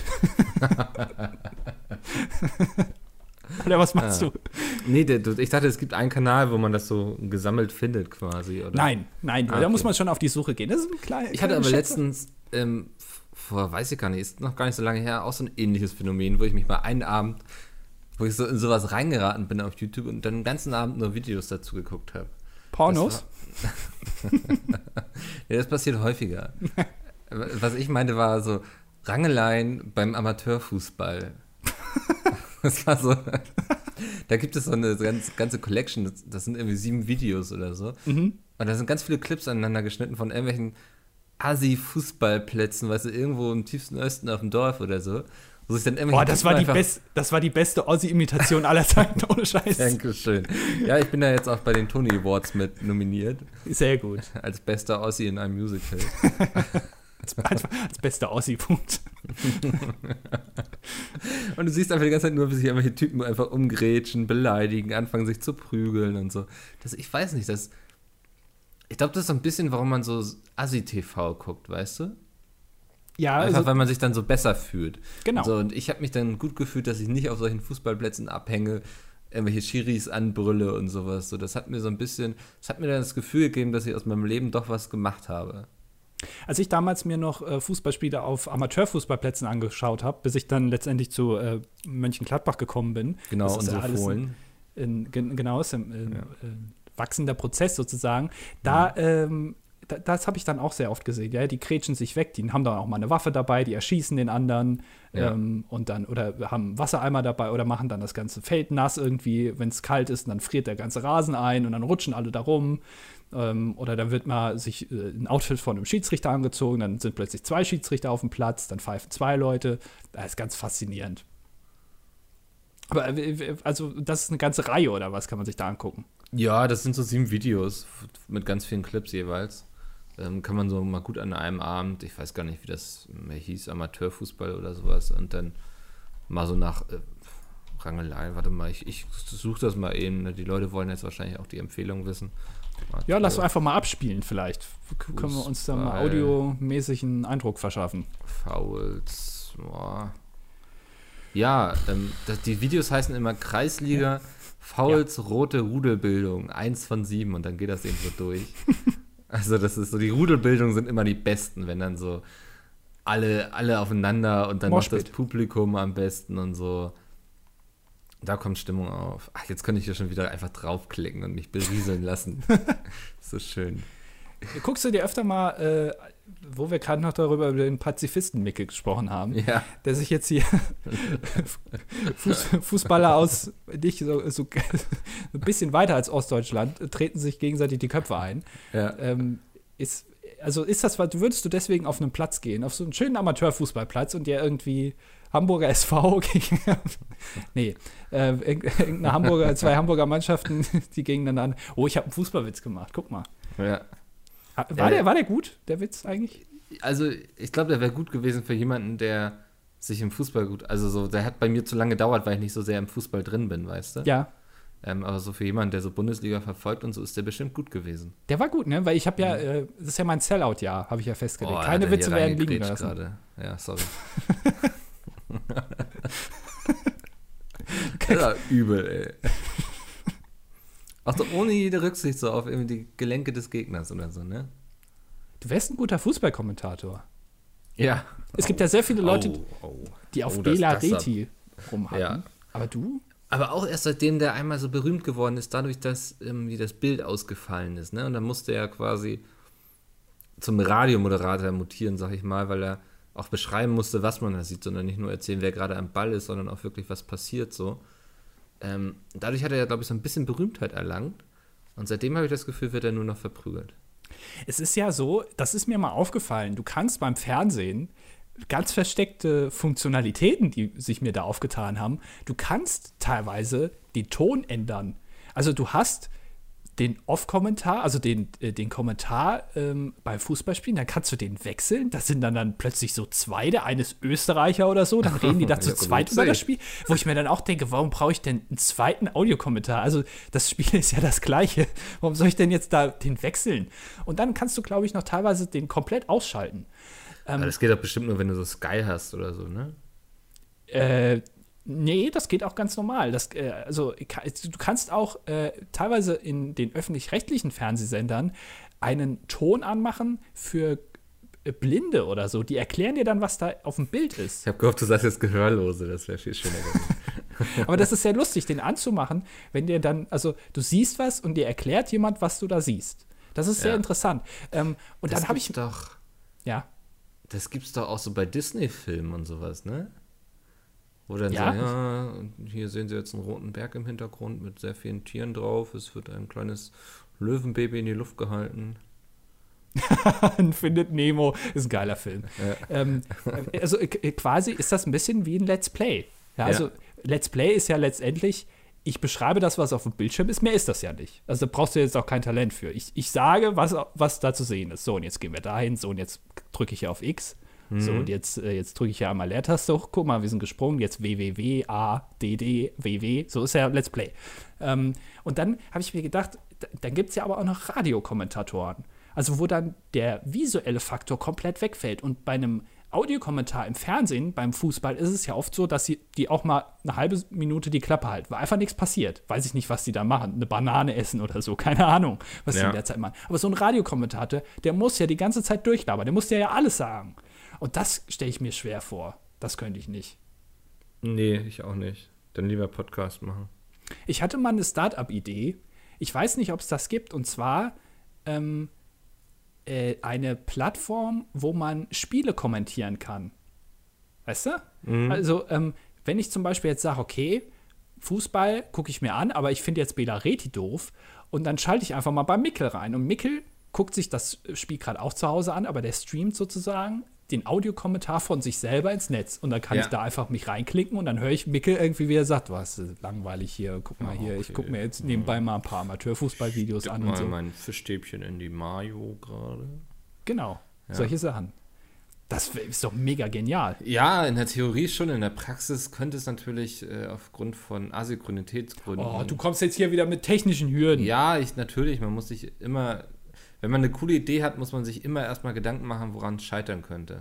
Oder was machst ja. du? Nee, der, ich dachte, es gibt einen Kanal, wo man das so gesammelt findet quasi. Oder? Nein, nein, ah, da okay. muss man schon auf die Suche gehen. Das ist ein kleiner, ich hatte aber Schätze. letztens, ähm, vor, weiß ich gar nicht, ist noch gar nicht so lange her, auch so ein ähnliches Phänomen, wo ich mich mal einen Abend, wo ich so in sowas reingeraten bin auf YouTube und dann den ganzen Abend nur Videos dazu geguckt habe. Pornos? Das war, ja, das passiert häufiger. Was ich meinte, war so Rangeleien beim Amateurfußball. Das war so, da gibt es so eine ganze, ganze Collection, das, das sind irgendwie sieben Videos oder so. Mhm. Und da sind ganz viele Clips aneinander geschnitten von irgendwelchen Assi-Fußballplätzen, weißt du, irgendwo im tiefsten Osten auf dem Dorf oder so. Wo sich dann Boah, das war, die best, das war die beste Ossi-Imitation aller Zeiten, ohne Scheiß. Dankeschön. Ja, ich bin da jetzt auch bei den Tony Awards mit nominiert. Sehr gut. Als bester Ossi in einem Musical. als, als bester Ossi-Punkt. Und du siehst einfach die ganze Zeit nur, wie sich irgendwelche Typen einfach umgrätschen, beleidigen, anfangen sich zu prügeln und so. Das, ich weiß nicht, das. Ich glaube, das ist so ein bisschen, warum man so Assi-T V guckt, weißt du? Ja, einfach, also, weil man sich dann so besser fühlt. Genau. Und, so, und ich habe mich dann gut gefühlt, dass ich nicht auf solchen Fußballplätzen abhänge, irgendwelche Schiris anbrülle und sowas. So, das hat mir so ein bisschen, das hat mir dann das Gefühl gegeben, dass ich aus meinem Leben doch was gemacht habe. Als ich damals mir noch äh, Fußballspiele auf Amateurfußballplätzen angeschaut habe, bis ich dann letztendlich zu äh, Mönchengladbach gekommen bin. Genau, das ist unsere ja Fohlen. In, in, genau, ist ein in, ja. in wachsender Prozess sozusagen. Da, mhm. ähm, da das habe ich dann auch sehr oft gesehen. Ja, die kretschen sich weg, die haben dann auch mal eine Waffe dabei, die erschießen den anderen ja. ähm, und dann oder haben Wassereimer dabei oder machen dann das ganze Feld nass irgendwie, wenn es kalt ist, und dann friert der ganze Rasen ein und dann rutschen alle da rum. Ähm, oder dann wird mal sich äh, ein Outfit von einem Schiedsrichter angezogen, dann sind plötzlich zwei Schiedsrichter auf dem Platz, dann pfeifen zwei Leute. Das ist ganz faszinierend. Aber äh, also das ist eine ganze Reihe oder was kann man sich da angucken? Ja, das sind so sieben Videos mit ganz vielen Clips jeweils. Ähm, kann man so mal gut an einem Abend, ich weiß gar nicht, wie das hieß, Amateurfußball oder sowas, und dann mal so nach äh, Rangelei. Warte mal, ich, ich suche das mal eben. Die Leute wollen jetzt wahrscheinlich auch die Empfehlung wissen. Warte. Ja, lass einfach mal abspielen vielleicht. Fußball. Können wir uns da mal audiomäßig einen Eindruck verschaffen. Fouls. Boah. Ja, ähm, das, die Videos heißen immer Kreisliga, Fouls, ja. Rote Rudelbildung, eins von sieben und dann geht das eben so durch. Also das ist so, die Rudelbildungen sind immer die besten, wenn dann so alle, alle aufeinander und dann noch das Publikum am besten und so. Da kommt Stimmung auf. Ach, jetzt könnte ich hier schon wieder einfach draufklicken und mich berieseln lassen. So schön. Guckst du dir öfter mal, äh, wo wir gerade noch darüber über den Pazifisten Micke gesprochen haben, ja. der sich jetzt hier Fuß, Fußballer aus nicht so, so ein bisschen weiter als Ostdeutschland treten sich gegenseitig die Köpfe ein. Ja. Ähm, ist, also ist das, würdest du deswegen auf einen Platz gehen, auf so einen schönen Amateurfußballplatz und dir irgendwie Hamburger S V gegen nee, äh, irgendeine Hamburger, zwei Hamburger Mannschaften, die gegeneinander. Oh, ich habe einen Fußballwitz gemacht, guck mal. Ja. War, äh, der, war der gut, der Witz eigentlich? Also, ich glaube, der wäre gut gewesen für jemanden, der sich im Fußball gut, also so, der hat bei mir zu lange gedauert, weil ich nicht so sehr im Fußball drin bin, weißt du? Ja. Ähm, aber so für jemanden, der so Bundesliga verfolgt und so, ist der bestimmt gut gewesen. Der war gut, ne? Weil ich habe ja, äh, das ist ja mein Sellout-Jahr, habe ich ja festgelegt. Oh, keine Witze werden liegen lassen. Grade. Ja, sorry. Das war übel, ey. Auch so ohne jede Rücksicht so auf irgendwie die Gelenke des Gegners oder so, ne? Du wärst ein guter Fußballkommentator. Ja. Es oh. gibt ja sehr viele Leute, oh, oh. die auf oh, Bela Reti rumhacken. Ja. Aber du? Aber auch erst seitdem der einmal so berühmt geworden ist, dadurch, dass irgendwie das Bild ausgefallen ist, ne? Und dann musste er quasi zum Radiomoderator mutieren, sag ich mal, weil er auch beschreiben musste, was man da sieht, sondern nicht nur erzählen, wer gerade am Ball ist, sondern auch wirklich, was passiert so. Ähm, dadurch hat er ja, glaube ich, so ein bisschen Berühmtheit erlangt. Und seitdem habe ich das Gefühl, wird er nur noch verprügelt. Es ist ja so, das ist mir mal aufgefallen, du kannst beim Fernsehen ganz versteckte Funktionalitäten, die sich mir da aufgetan haben, du kannst teilweise den Ton ändern. Also du hast den Off-Kommentar, also den, äh, den Kommentar ähm, beim Fußballspielen, dann kannst du den wechseln. Das sind dann, dann plötzlich so zwei, der eine ist Österreicher oder so, dann reden die da zu ja, zweit über das Spiel, wo ich mir dann auch denke, warum brauche ich denn einen zweiten Audiokommentar? Also das Spiel ist ja das gleiche. Warum soll ich denn jetzt da den wechseln? Und dann kannst du, glaube ich, noch teilweise den komplett ausschalten. Ähm, Aber das geht doch bestimmt nur, wenn du so Sky hast oder so, ne? Äh, Nee, das geht auch ganz normal. Das, äh, also du kannst auch äh, teilweise in den öffentlich-rechtlichen Fernsehsendern einen Ton anmachen für äh, Blinde oder so. Die erklären dir dann, was da auf dem Bild ist. Ich habe gehofft, du sagst jetzt Gehörlose. Das wäre viel schöner gewesen. Aber das ist sehr lustig, den anzumachen, wenn dir dann, also du siehst was und dir erklärt jemand, was du da siehst. Das ist sehr ja. interessant. Ähm, und das dann habe ich doch. Ja. Das gibt's doch auch so bei Disney-Filmen und sowas, ne? Wo dann ja? so, ja, hier sehen Sie jetzt einen roten Berg im Hintergrund mit sehr vielen Tieren drauf. Es wird ein kleines Löwenbaby in die Luft gehalten. Findet Nemo, ist ein geiler Film. Ja. Ähm, also quasi ist das ein bisschen wie ein Let's Play. Ja, also ja. Let's Play ist ja letztendlich, ich beschreibe das, was auf dem Bildschirm ist, mehr ist das ja nicht. Also da brauchst du jetzt auch kein Talent für. Ich, ich sage, was, was da zu sehen ist. So, und jetzt gehen wir dahin, so, und jetzt drücke ich hier auf X. So, und jetzt, äh, jetzt drücke ich ja einmal Leertaste hoch. Guck mal, wir sind gesprungen. Jetzt W W W, A, D D, W W. So ist ja Let's Play. Ähm, und dann habe ich mir gedacht, d- dann gibt es ja aber auch noch Radiokommentatoren. Also, wo dann der visuelle Faktor komplett wegfällt. Und bei einem Audiokommentar im Fernsehen, beim Fußball, ist es ja oft so, dass sie die auch mal eine halbe Minute die Klappe halten, weil einfach nichts passiert. Weiß ich nicht, was die da machen. Eine Banane essen oder so. Keine Ahnung, was ja. die in der Zeit machen. Aber so ein Radiokommentator, der muss ja die ganze Zeit durchlabern. Der muss ja ja alles sagen. Und das stelle ich mir schwer vor. Das könnte ich nicht. Nee, ich auch nicht. Dann lieber Podcast machen. Ich hatte mal eine Start-up-Idee. Ich weiß nicht, ob es das gibt. Und zwar ähm, äh, eine Plattform, wo man Spiele kommentieren kann. Weißt du? Mhm. Also, ähm, wenn ich zum Beispiel jetzt sage, okay, Fußball gucke ich mir an, aber ich finde jetzt Bela Reti doof. Und dann schalte ich einfach mal bei Mickel rein. Und Mickel guckt sich das Spiel gerade auch zu Hause an, aber der streamt sozusagen den Audiokommentar von sich selber ins Netz. Und dann kann ja. ich da einfach mich reinklicken und dann höre ich Mickel irgendwie, wie er sagt, was langweilig hier, guck mal hier, okay. ich gucke mir jetzt nebenbei mal ein paar Amateurfußballvideos an mal und so. Mein Fischstäbchen in die Mayo gerade. Genau, ja. solche Sachen. Das ist doch mega genial. Ja, in der Theorie schon. In der Praxis könnte es natürlich äh, aufgrund von Asynchronitätsgründen. Oh, du kommst jetzt hier wieder mit technischen Hürden. Ja, ich natürlich. Man muss sich immer, wenn man eine coole Idee hat, muss man sich immer erstmal Gedanken machen, woran es scheitern könnte.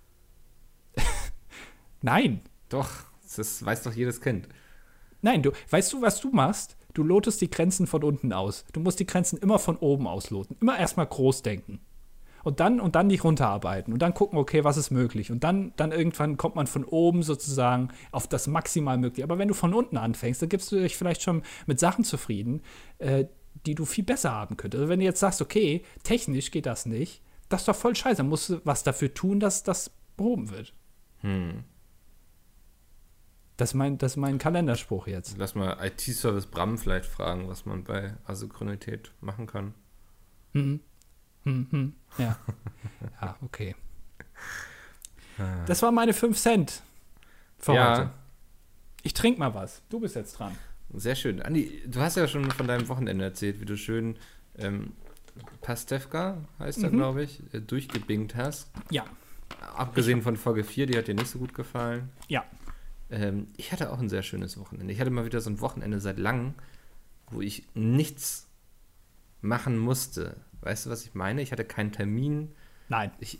Nein. Doch, das weiß doch jedes Kind. Nein, du, weißt du, was du machst? Du lotest die Grenzen von unten aus. Du musst die Grenzen immer von oben ausloten. Immer erstmal groß denken. Und dann, und dann dich runterarbeiten und dann gucken, okay, was ist möglich. Und dann, dann irgendwann kommt man von oben sozusagen auf das maximal Mögliche. Aber wenn du von unten anfängst, dann gibst du dich vielleicht schon mit Sachen zufrieden, äh, die du viel besser haben könntest. Also wenn du jetzt sagst, okay, technisch geht das nicht, das ist doch voll scheiße. Dann musst du was dafür tun, dass das behoben wird. Hm. Das ist mein, das ist mein Kalenderspruch jetzt. Lass mal I T-Service Bram vielleicht fragen, was man bei Asynchronität machen kann. Mhm. Hm, hm, ja. Ja, okay. Das waren meine fünf Cent für ja. heute. Ich trinke mal was. Du bist jetzt dran. Sehr schön. Andi, du hast ja schon von deinem Wochenende erzählt, wie du schön ähm, Pastewka, heißt er, Mhm. glaube ich, äh, durchgebingt hast. Ja. Abgesehen von Folge vier, die hat dir nicht so gut gefallen. Ja. Ähm, ich hatte auch ein sehr schönes Wochenende. Ich hatte mal wieder so ein Wochenende seit langem, wo ich nichts machen musste. Weißt du, was ich meine? Ich hatte keinen Termin. Nein. Ich,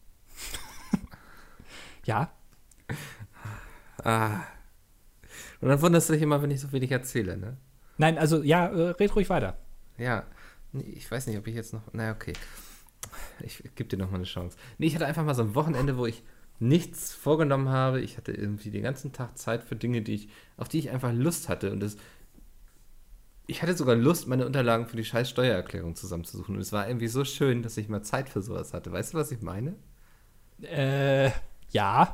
Ja. ah. Und dann wunderst du dich immer, wenn ich so wenig erzähle, ne? Nein, also ja, äh, red ruhig weiter. Ja. Nee, ich weiß nicht, ob ich jetzt noch. Na, okay. Ich gebe dir noch mal eine Chance. Nee, ich hatte einfach mal so ein Wochenende, wo ich nichts vorgenommen habe. Ich hatte irgendwie den ganzen Tag Zeit für Dinge, die ich, auf die ich einfach Lust hatte. Und das, ich hatte sogar Lust, meine Unterlagen für die scheiß Steuererklärung zusammenzusuchen. Und es war irgendwie so schön, dass ich mal Zeit für sowas hatte. Weißt du, was ich meine? Äh, ja.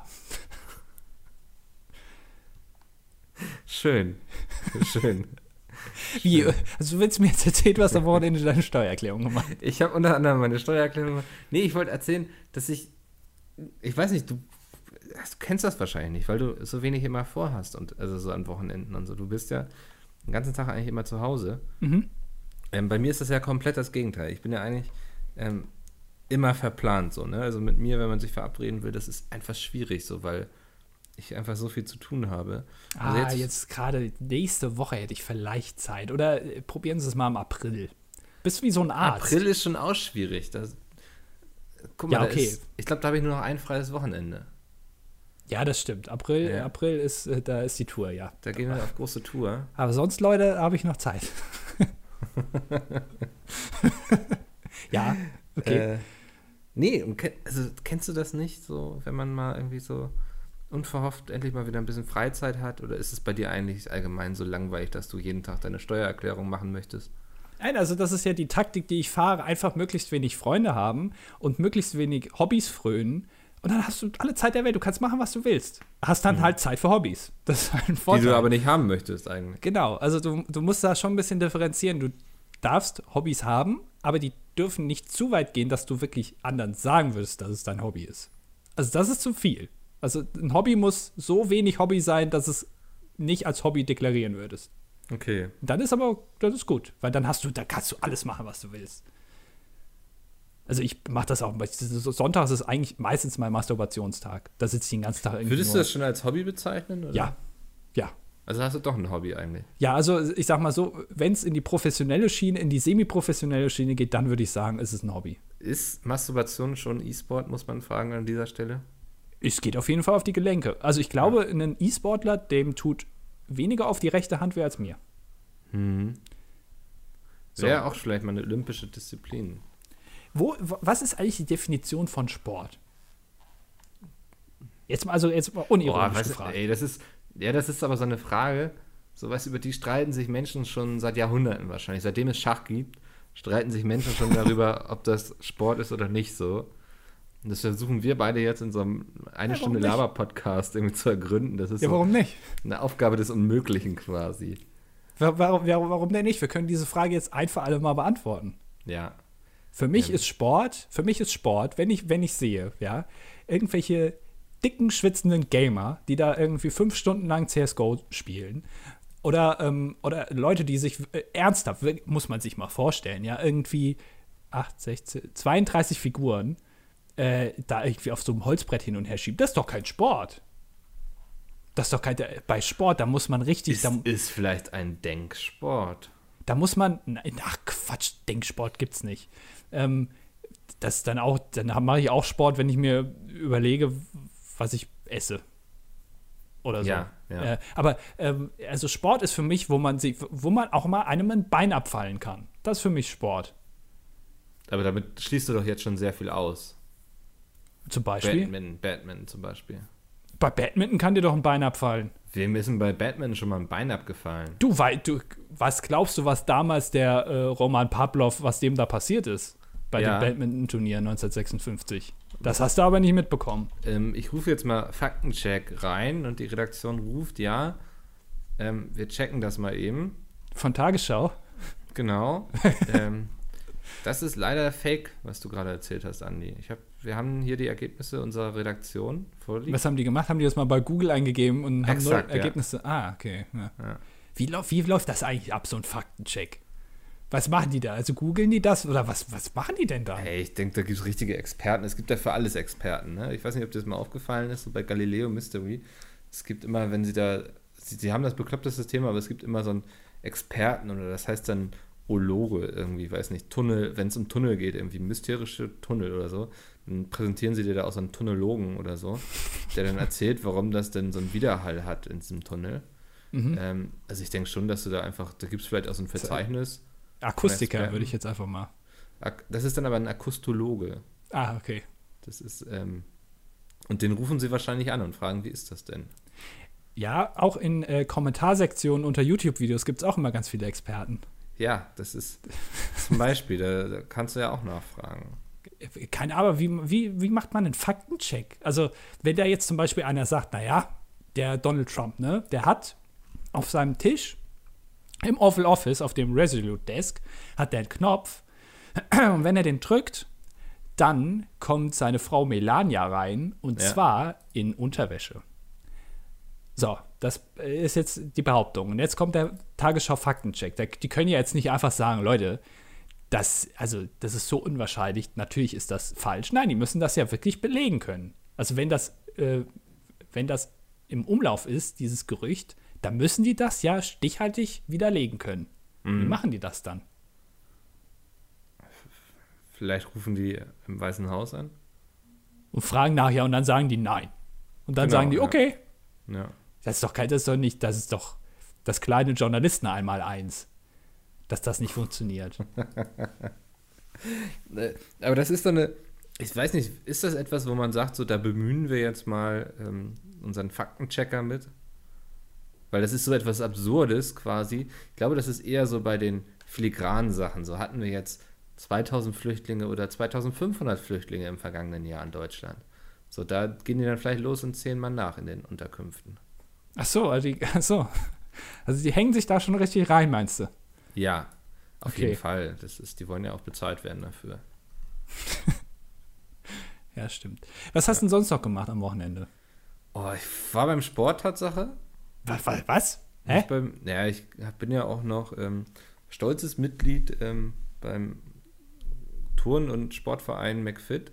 Schön. Schön. Wie, also du willst mir jetzt erzählen, was am Wochenende deine Steuererklärung gemacht hast? Ich habe unter anderem meine Steuererklärung gemacht. Nee, ich wollte erzählen, dass ich, ich weiß nicht, du, du kennst das wahrscheinlich nicht, weil du so wenig immer vorhast und also so an Wochenenden und so. Du bist ja den ganzen Tag eigentlich immer zu Hause. Mhm. Ähm, bei mir ist das ja komplett das Gegenteil. Ich bin ja eigentlich ähm, immer verplant so, ne? Also mit mir, wenn man sich verabreden will, das ist einfach schwierig so, weil ich einfach so viel zu tun habe. Also Ah, jetzt, jetzt gerade nächste Woche hätte ich vielleicht Zeit. Oder äh, probieren Sie es mal im April. Bist wie so ein Arzt. April ist schon auch schwierig. Das, guck mal, Ja, da okay. ist, ich glaube, da habe ich nur noch ein freies Wochenende. Ja, das stimmt. April, Ja. April ist, äh, da ist die Tour, ja. Da gehen wir auf große Tour. Aber sonst, Leute, habe ich noch Zeit. Ja, okay. Äh, nee, und ken- also kennst du das nicht, so, wenn man mal irgendwie so unverhofft endlich mal wieder ein bisschen Freizeit hat? Oder ist es bei dir eigentlich allgemein so langweilig, dass du jeden Tag deine Steuererklärung machen möchtest? Nein, also das ist ja die Taktik, die ich fahre. Einfach möglichst wenig Freunde haben und möglichst wenig Hobbys frönen. Und dann hast du alle Zeit der Welt. Du kannst machen, was du willst. Hast dann halt Zeit für Hobbys. Das ist halt ein Vorteil. Die du aber nicht haben möchtest eigentlich. Genau, also du, du musst da schon ein bisschen differenzieren. Du darfst Hobbys haben, aber die dürfen nicht zu weit gehen, dass du wirklich anderen sagen würdest, dass es dein Hobby ist. Also das ist zu viel. Also ein Hobby muss so wenig Hobby sein, dass es nicht als Hobby deklarieren würdest. Okay. Dann ist aber, das ist gut, weil dann hast du, da kannst du alles machen, was du willst. Also ich mache das auch, Sonntag ist eigentlich meistens mein Masturbationstag. Da sitze ich den ganzen Tag irgendwie Würdest du nur. das schon als Hobby bezeichnen? Oder? Ja, ja. Also hast du doch ein Hobby eigentlich. Ja, also ich sag mal so, wenn es in die professionelle Schiene, in die semi-professionelle Schiene geht, dann würde ich sagen, ist es ein Hobby. Ist Masturbation schon E-Sport, muss man fragen an dieser Stelle? Es geht auf jeden Fall auf die Gelenke. Also ich glaube, ja. Ein E-Sportler, dem tut weniger auf die rechte Hand weh als mir. Hm. So. Wäre auch vielleicht mal eine olympische Disziplin. Wo, was ist eigentlich die Definition von Sport? Jetzt mal, also jetzt mal unironisch Boah, weißt, gefragt. Ey, das ist, ja, das ist aber so eine Frage, sowas, über die streiten sich Menschen schon seit Jahrhunderten wahrscheinlich. Seitdem es Schach gibt, streiten sich Menschen schon darüber, ob das Sport ist oder nicht so. Und das versuchen wir beide jetzt in so einem eine Ja, Stunde nicht? Laber-Podcast irgendwie zu ergründen. Das ist Ja, so warum nicht? eine Aufgabe des Unmöglichen quasi. Warum, warum, warum denn nicht? Wir können diese Frage jetzt ein für alle Mal beantworten. Ja. Für mich Ja. ist Sport, für mich ist Sport, wenn ich, wenn ich sehe, ja, irgendwelche dicken, schwitzenden Gamer, die da irgendwie fünf Stunden lang C S G O spielen, oder, ähm, oder Leute, die sich äh, ernsthaft, muss man sich mal vorstellen, ja, irgendwie acht, sechzehn, zweiunddreißig Figuren äh, da irgendwie auf so einem Holzbrett hin und her schiebt. Das ist doch kein Sport. Das ist doch kein, bei Sport, da muss man richtig. Ist, da, ist vielleicht ein Denksport. Da muss man, ach Quatsch, Denksport gibt's nicht. Ähm, das dann auch, dann mache ich auch Sport, wenn ich mir überlege, was ich esse. Oder so. Ja, ja. Äh, aber ähm, also Sport ist für mich, wo man sich, wo man auch mal einem ein Bein abfallen kann. Das ist für mich Sport. Aber damit schließt du doch jetzt schon sehr viel aus. Zum Beispiel? Batman, Batman zum Beispiel. Bei Badminton kann dir doch ein Bein abfallen. Wem ist denn bei Batman schon mal ein Bein abgefallen? Du, weil, du, was glaubst du, was damals der äh, Roman Pavlov, was dem da passiert ist? Bei Ja. dem Badminton-Turnier neunzehnhundertsechsundfünfzig. Das hast du aber nicht mitbekommen. Ähm, ich rufe jetzt mal Faktencheck rein und die Redaktion ruft, ja, ähm, wir checken das mal eben. Von Tagesschau? Genau. ähm, das ist leider Fake, was du gerade erzählt hast, Andi. Ich hab, wir haben hier die Ergebnisse unserer Redaktion vorliegen. Was haben die gemacht? Haben die das mal bei Google eingegeben und haben Exakt, nur ja. Ergebnisse? Ah, okay. Ja. Ja. Wie, lau- wie läuft das eigentlich ab, so ein Faktencheck? Was machen die da? Also googeln die das oder was, was machen die denn da? Hey, ich denke, da gibt es richtige Experten. Es gibt ja für alles Experten. Ne? Ich weiß nicht, ob dir das mal aufgefallen ist, so bei Galileo Mystery. Es gibt immer, wenn sie da, sie, sie haben das bekloppteste Thema, aber es gibt immer so einen Experten oder das heißt dann Ologe irgendwie, weiß nicht, Tunnel, wenn es um Tunnel geht, irgendwie mysterische Tunnel oder so, dann präsentieren sie dir da auch so einen Tunnelologen oder so, der dann erzählt, warum das denn so einen Widerhall hat in diesem Tunnel. Mhm. Ähm, also ich denke schon, dass du da einfach, da gibt es vielleicht auch so ein Verzeichnis. Akustiker Experten. würde ich jetzt einfach mal. Ak- Das ist dann aber ein Akustologe. Ah, okay. Das ist, ähm, und den rufen sie wahrscheinlich an und fragen, wie ist das denn? Ja, auch in äh, Kommentarsektionen unter YouTube-Videos gibt es auch immer ganz viele Experten. Ja, das ist zum Beispiel, da, da kannst du ja auch nachfragen. Keine Ahnung, wie, wie, wie macht man einen Faktencheck? Also, wenn da jetzt zum Beispiel einer sagt, naja, der Donald Trump, ne, der hat auf seinem Tisch im Oval Office, auf dem Resolute Desk, hat der einen Knopf und wenn er den drückt, dann kommt seine Frau Melania rein und Ja. zwar in Unterwäsche. So, das ist jetzt die Behauptung. Und jetzt kommt der Tagesschau-Faktencheck. Der- Die können ja jetzt nicht einfach sagen, Leute, das, also, das ist so unwahrscheinlich, natürlich ist das falsch. Nein, die müssen das ja wirklich belegen können. Also wenn das, äh, wenn das im Umlauf ist, dieses Gerücht, dann müssen die das ja stichhaltig widerlegen können. Wie machen die das dann? Vielleicht rufen die im Weißen Haus an. Und fragen nachher und dann sagen die nein. Und dann Genau, sagen die, ja. okay, Ja. das ist doch kein, das ist doch nicht, das ist doch das kleine Journalisten einmal eins, dass das nicht funktioniert. Äh, Aber das ist doch eine, ich weiß nicht, ist das etwas, wo man sagt, so da bemühen wir jetzt mal ähm, unseren Faktenchecker mit? Weil das ist so etwas Absurdes quasi. Ich glaube, das ist eher so bei den filigranen Sachen. So hatten wir jetzt zweitausend Flüchtlinge oder zweitausendfünfhundert Flüchtlinge im vergangenen Jahr in Deutschland. So, da gehen die dann vielleicht los und zählen mal nach in den Unterkünften. Ach so, also die, ach so. Also die hängen sich da schon richtig rein, meinst du? Ja, auf Okay. jeden Fall. Das ist, die wollen ja auch bezahlt werden dafür. Ja, stimmt. Was hast du denn sonst noch gemacht am Wochenende? Oh, ich war beim Sport Tatsache. Was? was, was? Hä? Ich beim, ja, ich hab- bin ja auch noch ähm, stolzes Mitglied ähm, beim Turn- und Sportverein McFit.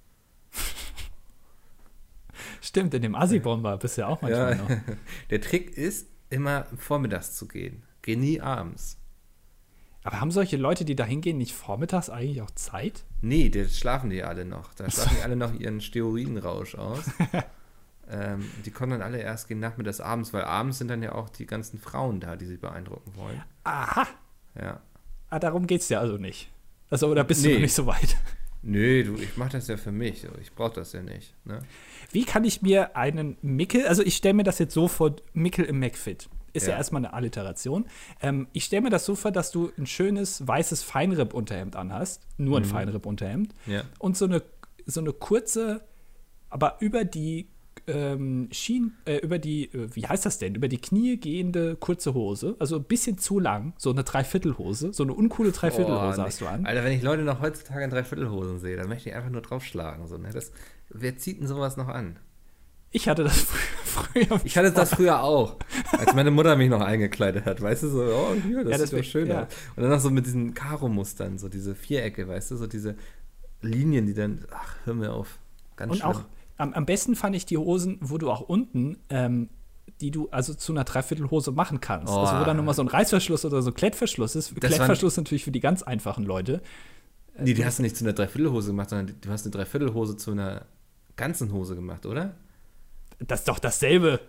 Stimmt, in dem Assi-Bomber bist du ja auch manchmal noch. Der Trick ist, immer vormittags zu gehen. Geh nie abends. Aber haben solche Leute, die da hingehen, nicht vormittags eigentlich auch Zeit? Nee, da schlafen die alle noch. Da schlafen die alle noch ihren Steroidenrausch aus. ähm, die kommen dann alle erst gegen nachmittags abends, weil abends sind dann ja auch die ganzen Frauen da, die sie beeindrucken wollen. Aha. Ja. Ah, darum geht's ja also nicht. Also, oder bist du Nee. noch nicht so weit? Nö, du, ich mach das ja für mich. so. Ich brauch das ja nicht. Ne? Wie kann ich mir einen Mickel, also ich stelle mir das jetzt so vor, Mickel im McFit. Ist ja, Ja. erstmal eine Alliteration. Ähm, ich stelle mir das so vor, dass du ein schönes weißes Feinripp-Unterhemd anhast. Nur ein Mhm. Feinripp-Unterhemd. Ja. Und so eine, so eine kurze, aber über die ähm, Schienen, äh, über die, äh, wie heißt das denn? Über die Knie gehende kurze Hose. Also ein bisschen zu lang. So eine Dreiviertelhose. So eine uncoole Dreiviertelhose Oh, hast nee. du an. Alter, wenn ich Leute noch heutzutage in Dreiviertelhosen sehe, dann möchte ich einfach nur draufschlagen. So, ne? das, wer zieht denn sowas noch an? Ich hatte das früher. früher Ich hatte das früher auch, als meine Mutter mich noch eingekleidet hat. Weißt du, so, oh, hier, das Ja, das sieht doch wär- schön ja. aus. Und dann noch so mit diesen Karo-Mustern, so diese Vierecke, weißt du, so diese Linien, die dann, ach, hör mir auf. Ganz Und schlimm. auch, am, am besten fand ich die Hosen, wo du auch unten, ähm, die du also zu einer Dreiviertelhose machen kannst. Oh. Also wo dann nochmal so ein Reißverschluss oder so Klettverschluss ist. Das Klettverschluss natürlich für die ganz einfachen Leute. Nee, die hast du nicht zu einer Dreiviertelhose gemacht, sondern du hast eine Dreiviertelhose zu einer ganzen Hose gemacht, oder? Das ist doch dasselbe.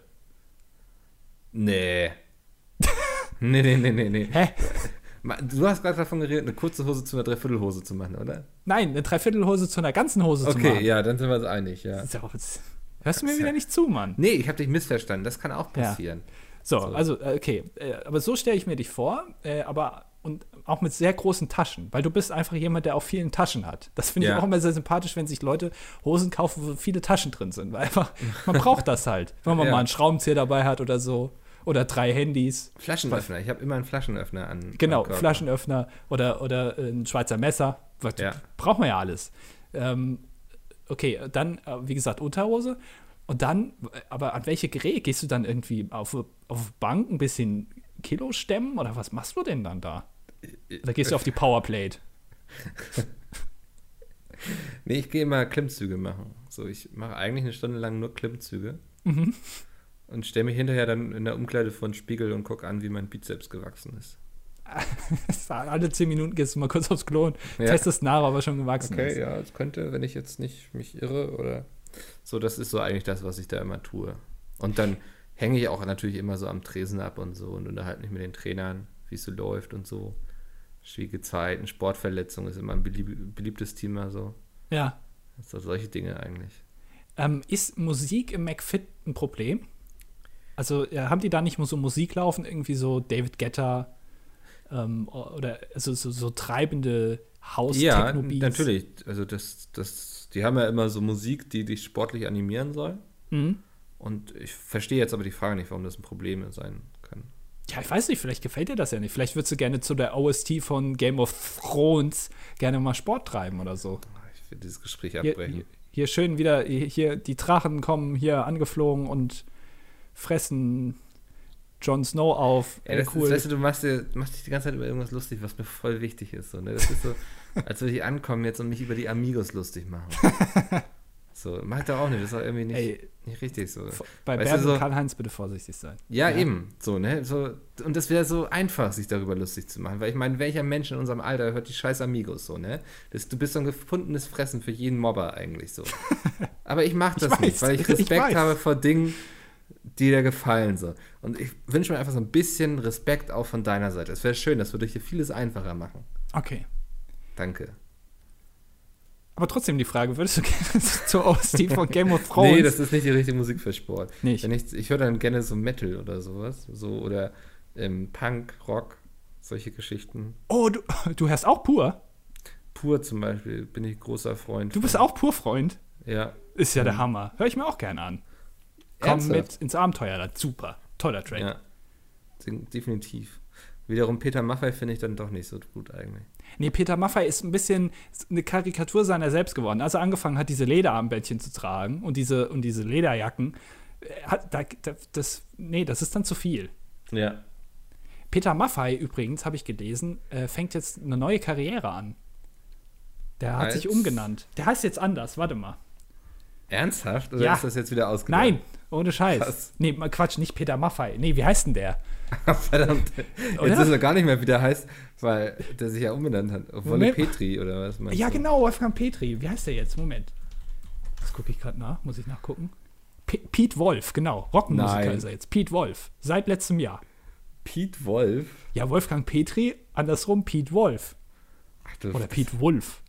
Nee. nee, nee, nee, nee, nee. Hä? Du hast gerade davon geredet, eine kurze Hose zu einer Dreiviertelhose zu machen, oder? Nein, eine Dreiviertelhose zu einer ganzen Hose zu machen. Okay, ja, dann sind wir uns einig, ja. So, jetzt hörst du mir wieder nicht zu, Mann. Nee, ich habe dich missverstanden, das kann auch passieren. Ja. So, So. also, äh, okay. Äh, aber so stelle ich mir dich vor, äh, aber und auch mit sehr großen Taschen, weil du bist einfach jemand, der auch viele Taschen hat. Das finde ich Ja. auch immer sehr sympathisch, wenn sich Leute Hosen kaufen, wo viele Taschen drin sind, weil einfach, man braucht das halt, wenn man Ja. mal einen Schraubenzieher dabei hat oder so. Oder drei Handys. Flaschenöffner, ich habe immer einen Flaschenöffner an. Genau, am Körper. Flaschenöffner oder, oder ein Schweizer Messer. Was, Ja. Braucht man ja alles. Ähm, okay, dann, äh, wie gesagt, Unterhose. Und dann, aber an welche Gerät gehst du dann irgendwie auf, auf Bank ein bisschen Kilo stemmen? Oder was machst du denn dann da? Oder gehst du auf die Powerplate? Nee, ich gehe immer Klimmzüge machen. So, ich mache eigentlich eine Stunde lang nur Klimmzüge. Mhm. Und stelle mich hinterher dann in der Umkleide vor den Spiegel und gucke an, wie mein Bizeps gewachsen ist. Alle zehn Minuten gehst du mal kurz aufs Klo und Ja. testest nach, ob er schon gewachsen Okay, ist. ja, es könnte, wenn ich jetzt nicht mich irre oder so, das ist so eigentlich das, was ich da immer tue. Und dann hänge ich auch natürlich immer so am Tresen ab und so und unterhalte mich mit den Trainern, wie es so läuft und so. Schwierige Zeiten, Sportverletzung ist immer ein belieb- beliebtes Thema so. Ja. Also solche Dinge eigentlich. Ähm, ist Musik im McFit ein Problem? Also ja, haben die da nicht mal so Musik laufen, irgendwie so David Guetta ähm, oder also so, so treibende house Ja, techno beats natürlich. Also das, das, die haben ja immer so Musik, die dich sportlich animieren soll. Mhm. Und ich verstehe jetzt aber die Frage nicht, warum das ein Problem sein kann. Ja, ich weiß nicht, vielleicht gefällt dir das ja nicht. Vielleicht würdest du gerne zu der O S T von Game of Thrones gerne mal Sport treiben oder so. Ich will dieses Gespräch Hier, abbrechen. hier, hier schön wieder, hier die Drachen kommen hier angeflogen und fressen Jon Snow auf. Ja, Ey, das cool. ist, weißt du, du machst, dir, machst dich die ganze Zeit über irgendwas lustig, was mir voll wichtig ist. So, ne? Das ist so, als würde ich ankommen jetzt und mich über die Amigos lustig machen. So, mach ich doch auch nicht. Das ist auch irgendwie nicht, Ey, nicht richtig so. bei Weißt Bernd du, so- und Karl-Heinz bitte vorsichtig sein. Ja, Ja. eben. So, ne? So, und das wäre so einfach, sich darüber lustig zu machen. Weil ich meine, welcher Mensch in unserem Alter hört die scheiß Amigos so, ne? Das, du bist so ein gefundenes Fressen für jeden Mobber eigentlich so. Aber ich mach das weiß, nicht, weil ich ich Respekt weiß. habe vor Dingen, die dir gefallen. So. Und ich wünsche mir einfach so ein bisschen Respekt auch von deiner Seite. Es wäre schön, das würde dir vieles einfacher machen. Okay. Danke. Aber trotzdem die Frage, würdest du gerne zur O S T von Game of Thrones? Nee, das ist nicht die richtige Musik für Sport. Nicht. Wenn ich ich höre dann gerne so Metal oder sowas. So, oder ähm, Punk, Rock, solche Geschichten. Oh, du, du hörst auch pur? Pur zum Beispiel bin ich großer Freund. Du bist von. auch Pur-Freund? Ja. Ist ja der Mhm. Hammer. Hör ich mir auch gerne an. Komm Ernsthaft? mit ins Abenteuer, das super. Toller Track. Ja. Sing- Definitiv. Wiederum Peter Maffay finde ich dann doch nicht so gut eigentlich. Nee, Peter Maffay ist ein bisschen eine Karikatur seiner selbst geworden. Als er angefangen hat, diese Lederarmbändchen zu tragen und diese, und diese Lederjacken, äh, hat, da, da, das, nee, das ist dann zu viel. Ja. Peter Maffay übrigens, habe ich gelesen, äh, fängt jetzt eine neue Karriere an. Der hat Als- sich umgenannt. Der heißt jetzt anders, warte mal. Ernsthaft? Oder Ja. ist das jetzt wieder ausgedacht? Nein, ohne Scheiß. Krass. Nee, mal Quatsch, nicht Peter Maffay. Nee, wie heißt denn der? Verdammt. Oder? Jetzt ist er gar nicht mehr, wie der heißt, weil der sich ja umbenannt hat. Wolle Moment. Petri oder was meinst Ja, du? genau, Wolfgang Petri. Wie heißt der jetzt? Moment. Das gucke ich gerade nach. Muss ich nachgucken. P Pete Wolf, genau. Rockmusiker Nein. ist er jetzt. Pete Wolf. Seit letztem Jahr. Pete Wolf? Ja, Wolfgang Petri, andersrum Pete Wolf. Ach, du, Oder Pete Wolf.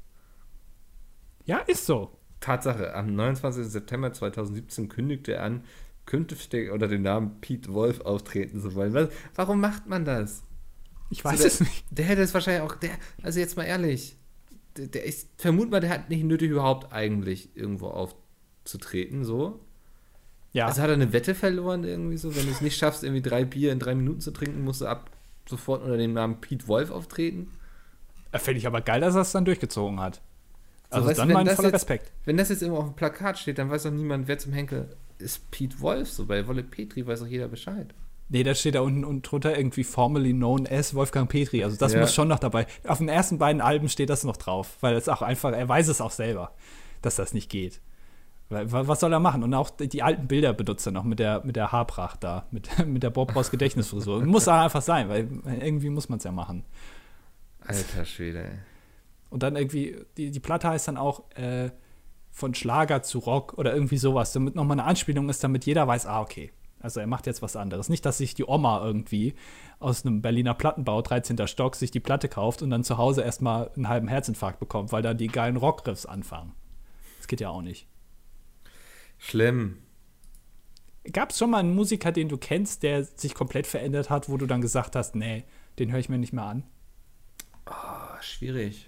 Ja, ist so. Tatsache, am neunundzwanzigsten September zweitausendsiebzehn kündigte er an, künftig unter dem Namen Pete Wolf auftreten zu wollen. Was, warum macht man das? Ich weiß So, der, es nicht. Der hätte es wahrscheinlich auch, der, also jetzt mal ehrlich, der, der ist, vermut mal, der hat nicht nötig, überhaupt eigentlich irgendwo aufzutreten, so. Ja, Also hat er eine Wette verloren irgendwie so, wenn du es nicht schaffst, irgendwie drei Bier in drei Minuten zu trinken, musst du ab sofort unter dem Namen Pete Wolf auftreten. fände ich aber geil, dass er es dann durchgezogen hat. So, Also weißt du, dann wenn mein das voller jetzt- Respekt. Wenn das jetzt immer auf dem Plakat steht, dann weiß doch niemand, wer zum Henkel ist Pete Wolf, so bei Wolle Petri weiß doch jeder Bescheid. Nee, da steht da unten und drunter irgendwie formerly known as Wolfgang Petri. Also das Ja. muss schon noch dabei. Auf den ersten beiden Alben steht das noch drauf, weil es auch einfach, er weiß es auch selber, dass das nicht geht. Weil, wa- was soll er machen? Und auch die, die alten Bilder benutzt er noch mit der, mit der Haarpracht da, mit, mit der Bob Ross Gedächtnisfrisur. Muss auch einfach sein, weil irgendwie muss man es ja machen. Alter Schwede, ey. Und dann irgendwie, die, die Platte heißt dann auch äh, von Schlager zu Rock oder irgendwie sowas, damit nochmal eine Anspielung ist, damit jeder weiß, ah, okay. Also er macht jetzt was anderes. Nicht, dass sich die Oma irgendwie aus einem Berliner Plattenbau, dreizehnter Stock, sich die Platte kauft und dann zu Hause erstmal einen halben Herzinfarkt bekommt, weil da die geilen Rockriffs anfangen. Das geht ja auch nicht. Schlimm. Gab es schon mal einen Musiker, den du kennst, der sich komplett verändert hat, wo du dann gesagt hast, nee, den höre ich mir nicht mehr an? Oh, schwierig.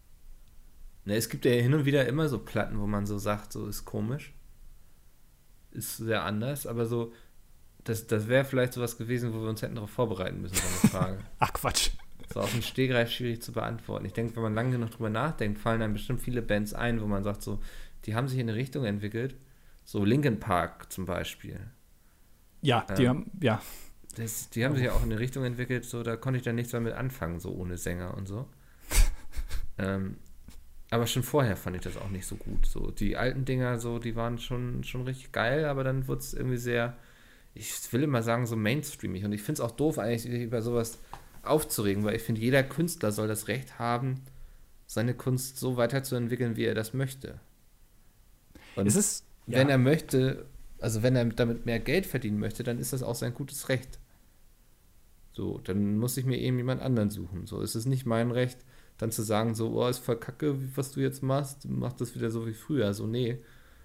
Ne, es gibt ja hin und wieder immer so Platten, wo man so sagt, so ist komisch. Ist sehr anders, aber so, das, das wäre vielleicht sowas gewesen, wo wir uns hätten darauf vorbereiten müssen, so eine Frage. Ach, Quatsch. So aus dem Stegreif schwierig zu beantworten. Ich denke, wenn man lange genug drüber nachdenkt, fallen einem bestimmt viele Bands ein, wo man sagt, so, die haben sich in eine Richtung entwickelt. So Linkin Park zum Beispiel. Ja, die Ähm, haben, ja. Das, die haben sich ja auch in eine Richtung entwickelt, so, da konnte ich dann nichts mehr mit anfangen, so ohne Sänger und so. ähm, aber schon vorher fand ich das auch nicht so gut. So, die alten Dinger, so, die waren schon, schon richtig geil, aber dann wurde es irgendwie sehr, ich will immer sagen, so mainstreamig. Und ich finde es auch doof, eigentlich sich über sowas aufzuregen, weil ich finde, jeder Künstler soll das Recht haben, seine Kunst so weiterzuentwickeln, wie er das möchte. Und Es ist, wenn ja. er möchte, also wenn er damit mehr Geld verdienen möchte, dann ist das auch sein gutes Recht. So, dann muss ich mir eben jemand anderen suchen. So, es ist nicht mein Recht, dann zu sagen, so, oh, ist voll kacke, was du jetzt machst, mach das wieder so wie früher. So, nee.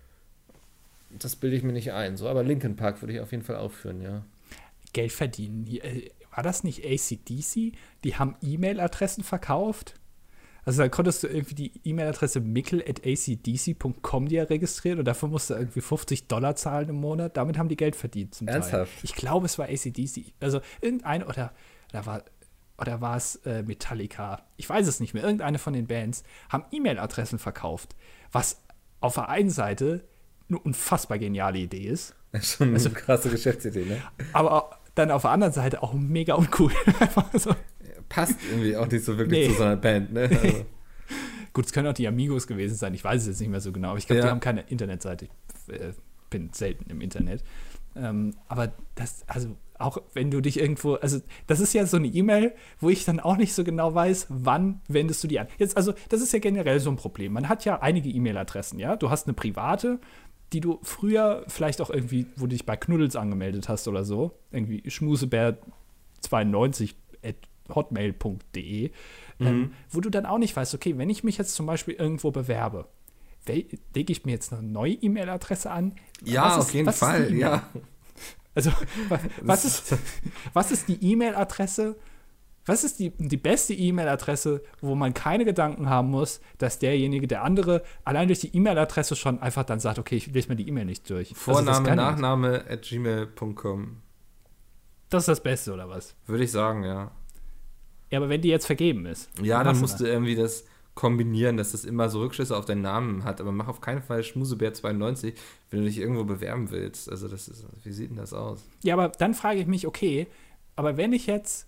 Das bilde ich mir nicht ein. So, aber Linkin Park würde ich auf jeden Fall aufführen, ja. Geld verdienen. Die, äh, war das nicht A C D C? Die haben E-Mail-Adressen verkauft. Also da konntest du irgendwie die E-Mail-Adresse mickel at a c d c punkt com dir registrieren und dafür musst du irgendwie fünfzig Dollar zahlen im Monat. Damit haben die Geld verdient zum Ernsthaft? Teil. Ich glaube, es war A C D C. Also irgendein oder, oder war oder war es äh, Metallica? Ich weiß es nicht mehr. Irgendeine von den Bands haben E-Mail-Adressen verkauft, was auf der einen Seite eine unfassbar geniale Idee ist, Schon eine krasse Geschäftsidee, ne? aber dann auf der anderen Seite auch mega uncool. Einfach so. Passt irgendwie auch nicht so wirklich Nee. zu so einer Band, ne? Also, Gut, es können auch die Amigos gewesen sein. Ich weiß es jetzt nicht mehr so genau. Aber ich glaube, Ja. die haben keine Internetseite. Ich äh, bin selten im Internet. Ähm, aber das, also auch wenn du dich irgendwo, also das ist ja so eine E-Mail, wo ich dann auch nicht so genau weiß, wann wendest du die an. Jetzt, also das ist ja generell so ein Problem. Man hat ja einige E-Mail-Adressen, ja. Du hast eine private, die du früher vielleicht auch irgendwie, wo du dich bei Knuddels angemeldet hast oder so, irgendwie schmusebär zweiundneunzig at hotmail punkt de, ähm, wo du dann auch nicht weißt, okay, wenn ich mich jetzt zum Beispiel irgendwo bewerbe, wel- lege ich mir jetzt eine neue E-Mail-Adresse an? ja, Was ist- auf jeden was ist die Fall, E-Mail? ja. Also, wa- was ist, was ist die E-Mail-Adresse? Was ist die, die beste E-Mail-Adresse, wo man keine Gedanken haben muss, dass derjenige, der andere, allein durch die E-Mail-Adresse schon einfach dann sagt, okay, ich lese mir die E-Mail nicht durch. Also, das Vorname, kann ich nicht. Nachname at gmail punkt com. Das ist das Beste, oder was? Würde ich sagen, ja. Ja, aber wenn die jetzt vergeben ist. Ja, was dann machst musst du du irgendwie das kombinieren, dass das immer so Rückschlüsse auf deinen Namen hat. Aber mach auf keinen Fall Schmusebär zweiundneunzig, wenn du dich irgendwo bewerben willst. Also das ist, wie sieht denn das aus? Ja, aber dann frage ich mich, okay, aber wenn ich jetzt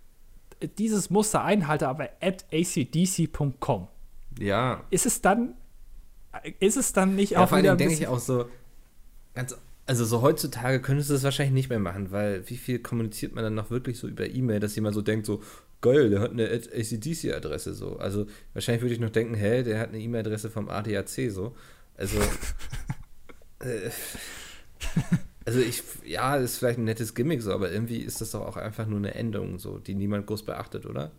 dieses Muster einhalte, aber at a c d c punkt com, Ja, ist es dann, ist es dann nicht ja auch vor wieder allem ein denke ich bisschen, auch so, ganz, also so heutzutage könntest du das wahrscheinlich nicht mehr machen, weil wie viel kommuniziert man dann noch wirklich so über E-Mail, dass jemand so denkt, so, geil, der hat eine A C D C-Adresse so. Also wahrscheinlich würde ich noch denken, hä, der hat eine E-Mail-Adresse vom A D A C so. Also, äh, also ich, ja, ist vielleicht ein nettes Gimmick so, aber irgendwie ist das doch auch einfach nur eine Endung so, die niemand groß beachtet, oder?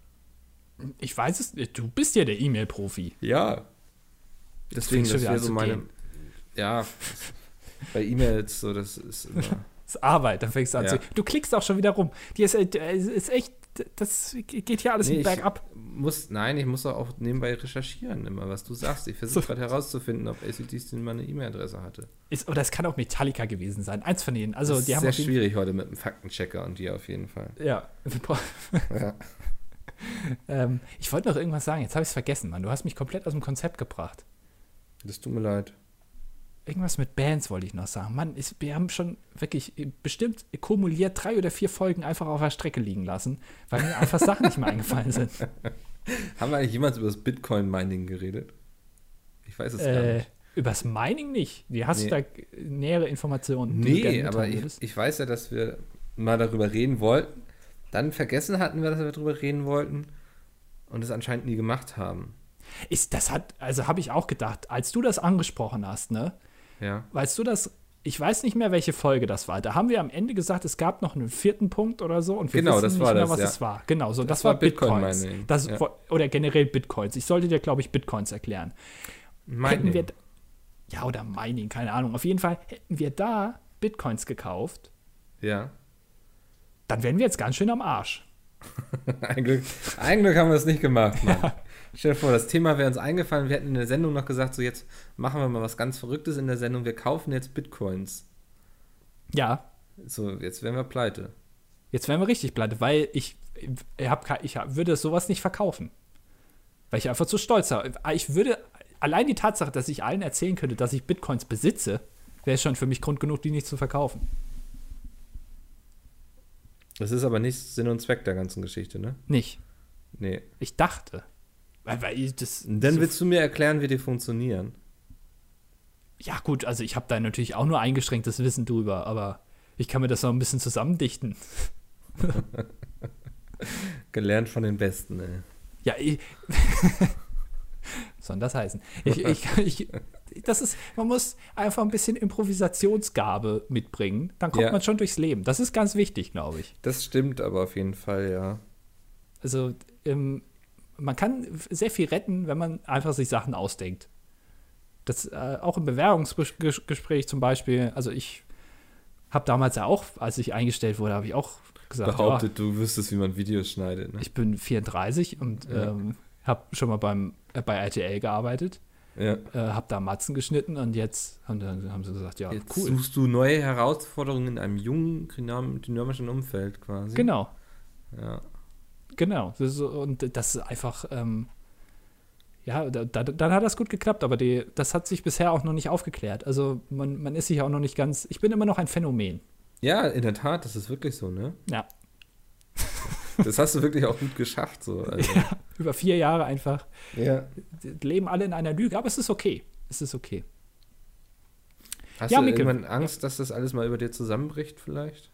ich weiß es nicht, du bist ja der E-Mail-Profi. Ja. Deswegen, fängst schon das wieder wäre an so zu meine, gehen. ja, bei E-Mails so, das ist immer, Das ist Arbeit, dann fängst du an Ja. zu, du klickst auch schon wieder rum. Die ist, äh, ist echt, das geht hier alles nee, ich bergab. muss, nein, ich muss auch nebenbei recherchieren immer, was du sagst. Ich versuche So. gerade herauszufinden, ob A C D C mal eine E-Mail-Adresse hatte. Ist, oder es kann auch Metallica gewesen sein, eins von denen. Also das ist die haben sehr auf jeden- schwierig heute mit einem Faktenchecker und dir auf jeden Fall. Ja. Ja. ähm, ich wollte noch irgendwas sagen, jetzt habe ich es vergessen, Mann. Du hast mich komplett aus dem Konzept gebracht. Das tut mir leid. irgendwas mit Bands wollte ich noch sagen. Mann, ist, wir haben schon wirklich bestimmt kumuliert drei oder vier Folgen einfach auf der Strecke liegen lassen, weil mir einfach Sachen nicht mehr eingefallen sind. Haben wir eigentlich jemals über das Bitcoin-Mining geredet? Ich weiß es äh, gar nicht. Übers Mining nicht. Wie hast nee. du da nähere Informationen? Nee, aber ich, ich weiß ja, dass wir mal darüber reden wollten. Dann vergessen hatten wir, dass wir darüber reden wollten und es anscheinend nie gemacht haben. Ist, das hat, also habe ich auch gedacht, als du das angesprochen hast, ne? Ja. Weißt du das, ich weiß nicht mehr, welche Folge das war. Da haben wir am Ende gesagt, es gab noch einen vierten Punkt oder so und wir genau, wissen das nicht war mehr, das, was ja. es war. Genau, so, das, das war war Bitcoins. Bitcoin das, ja. Oder generell Bitcoins. Ich sollte dir, glaube ich, Bitcoins erklären. Mining. Hätten wir, ja, oder Mining, keine Ahnung. Auf jeden Fall hätten wir da Bitcoins gekauft. Ja. Dann wären wir jetzt ganz schön am Arsch. ein, Glück, ein Glück haben wir es nicht gemacht, Mann. Ja. Stell dir vor, das Thema wäre uns eingefallen, wir hätten in der Sendung noch gesagt, so jetzt machen wir mal was ganz Verrücktes in der Sendung, wir kaufen jetzt Bitcoins. Ja. So, jetzt wären wir pleite. Jetzt wären wir richtig pleite, weil ich, ich, hab, ich würde sowas nicht verkaufen. Weil ich einfach zu stolz war. Ich würde, allein die Tatsache, dass ich allen erzählen könnte, dass ich Bitcoins besitze, wäre schon für mich Grund genug, die nicht zu verkaufen. Das ist aber nicht Sinn und Zweck der ganzen Geschichte, ne? Nicht. Nee. Ich dachte. Weil, weil ich das Dann so willst du mir erklären, wie die funktionieren. Ja gut, also ich habe da natürlich auch nur eingeschränktes Wissen drüber, aber ich kann mir das noch ein bisschen zusammendichten. Gelernt von den Besten, ey. Ja, ich, was soll das heißen? Ich, ich, ich, das ist, man muss einfach ein bisschen Improvisationsgabe mitbringen, dann kommt ja. man schon durchs Leben. Das ist ganz wichtig, glaube ich. Das stimmt aber auf jeden Fall, ja. Also, ähm, man kann sehr viel retten, wenn man einfach sich Sachen ausdenkt. Das äh, auch im Bewerbungsgespräch zum Beispiel, also ich habe damals ja auch, als ich eingestellt wurde, habe ich auch gesagt, behauptet, ja, du wüsstest, wie man Videos schneidet. Ne? Ich bin vierunddreißig und ja. ähm, habe schon mal beim, äh, bei R T L gearbeitet, ja. äh, habe da Matzen geschnitten und jetzt haben, dann haben sie gesagt, ja, jetzt cool. Suchst du neue Herausforderungen in einem jungen, dynamischen Umfeld quasi. Genau. Ja. Genau. Das ist, und das ist einfach, ähm, ja, da, da, dann hat das gut geklappt, aber die, das hat sich bisher auch noch nicht aufgeklärt. Also man, man ist sich auch noch nicht ganz, ich bin immer noch ein Phänomen. Ja, in der Tat, das ist wirklich so, ne? Ja. Das hast du wirklich auch gut geschafft, so. Also. Ja, über vier Jahre einfach. Ja. Die leben alle in einer Lüge, aber es ist okay. Es ist okay. Hast ja, du Micke, irgendwann Angst, dass das alles mal über dir zusammenbricht vielleicht?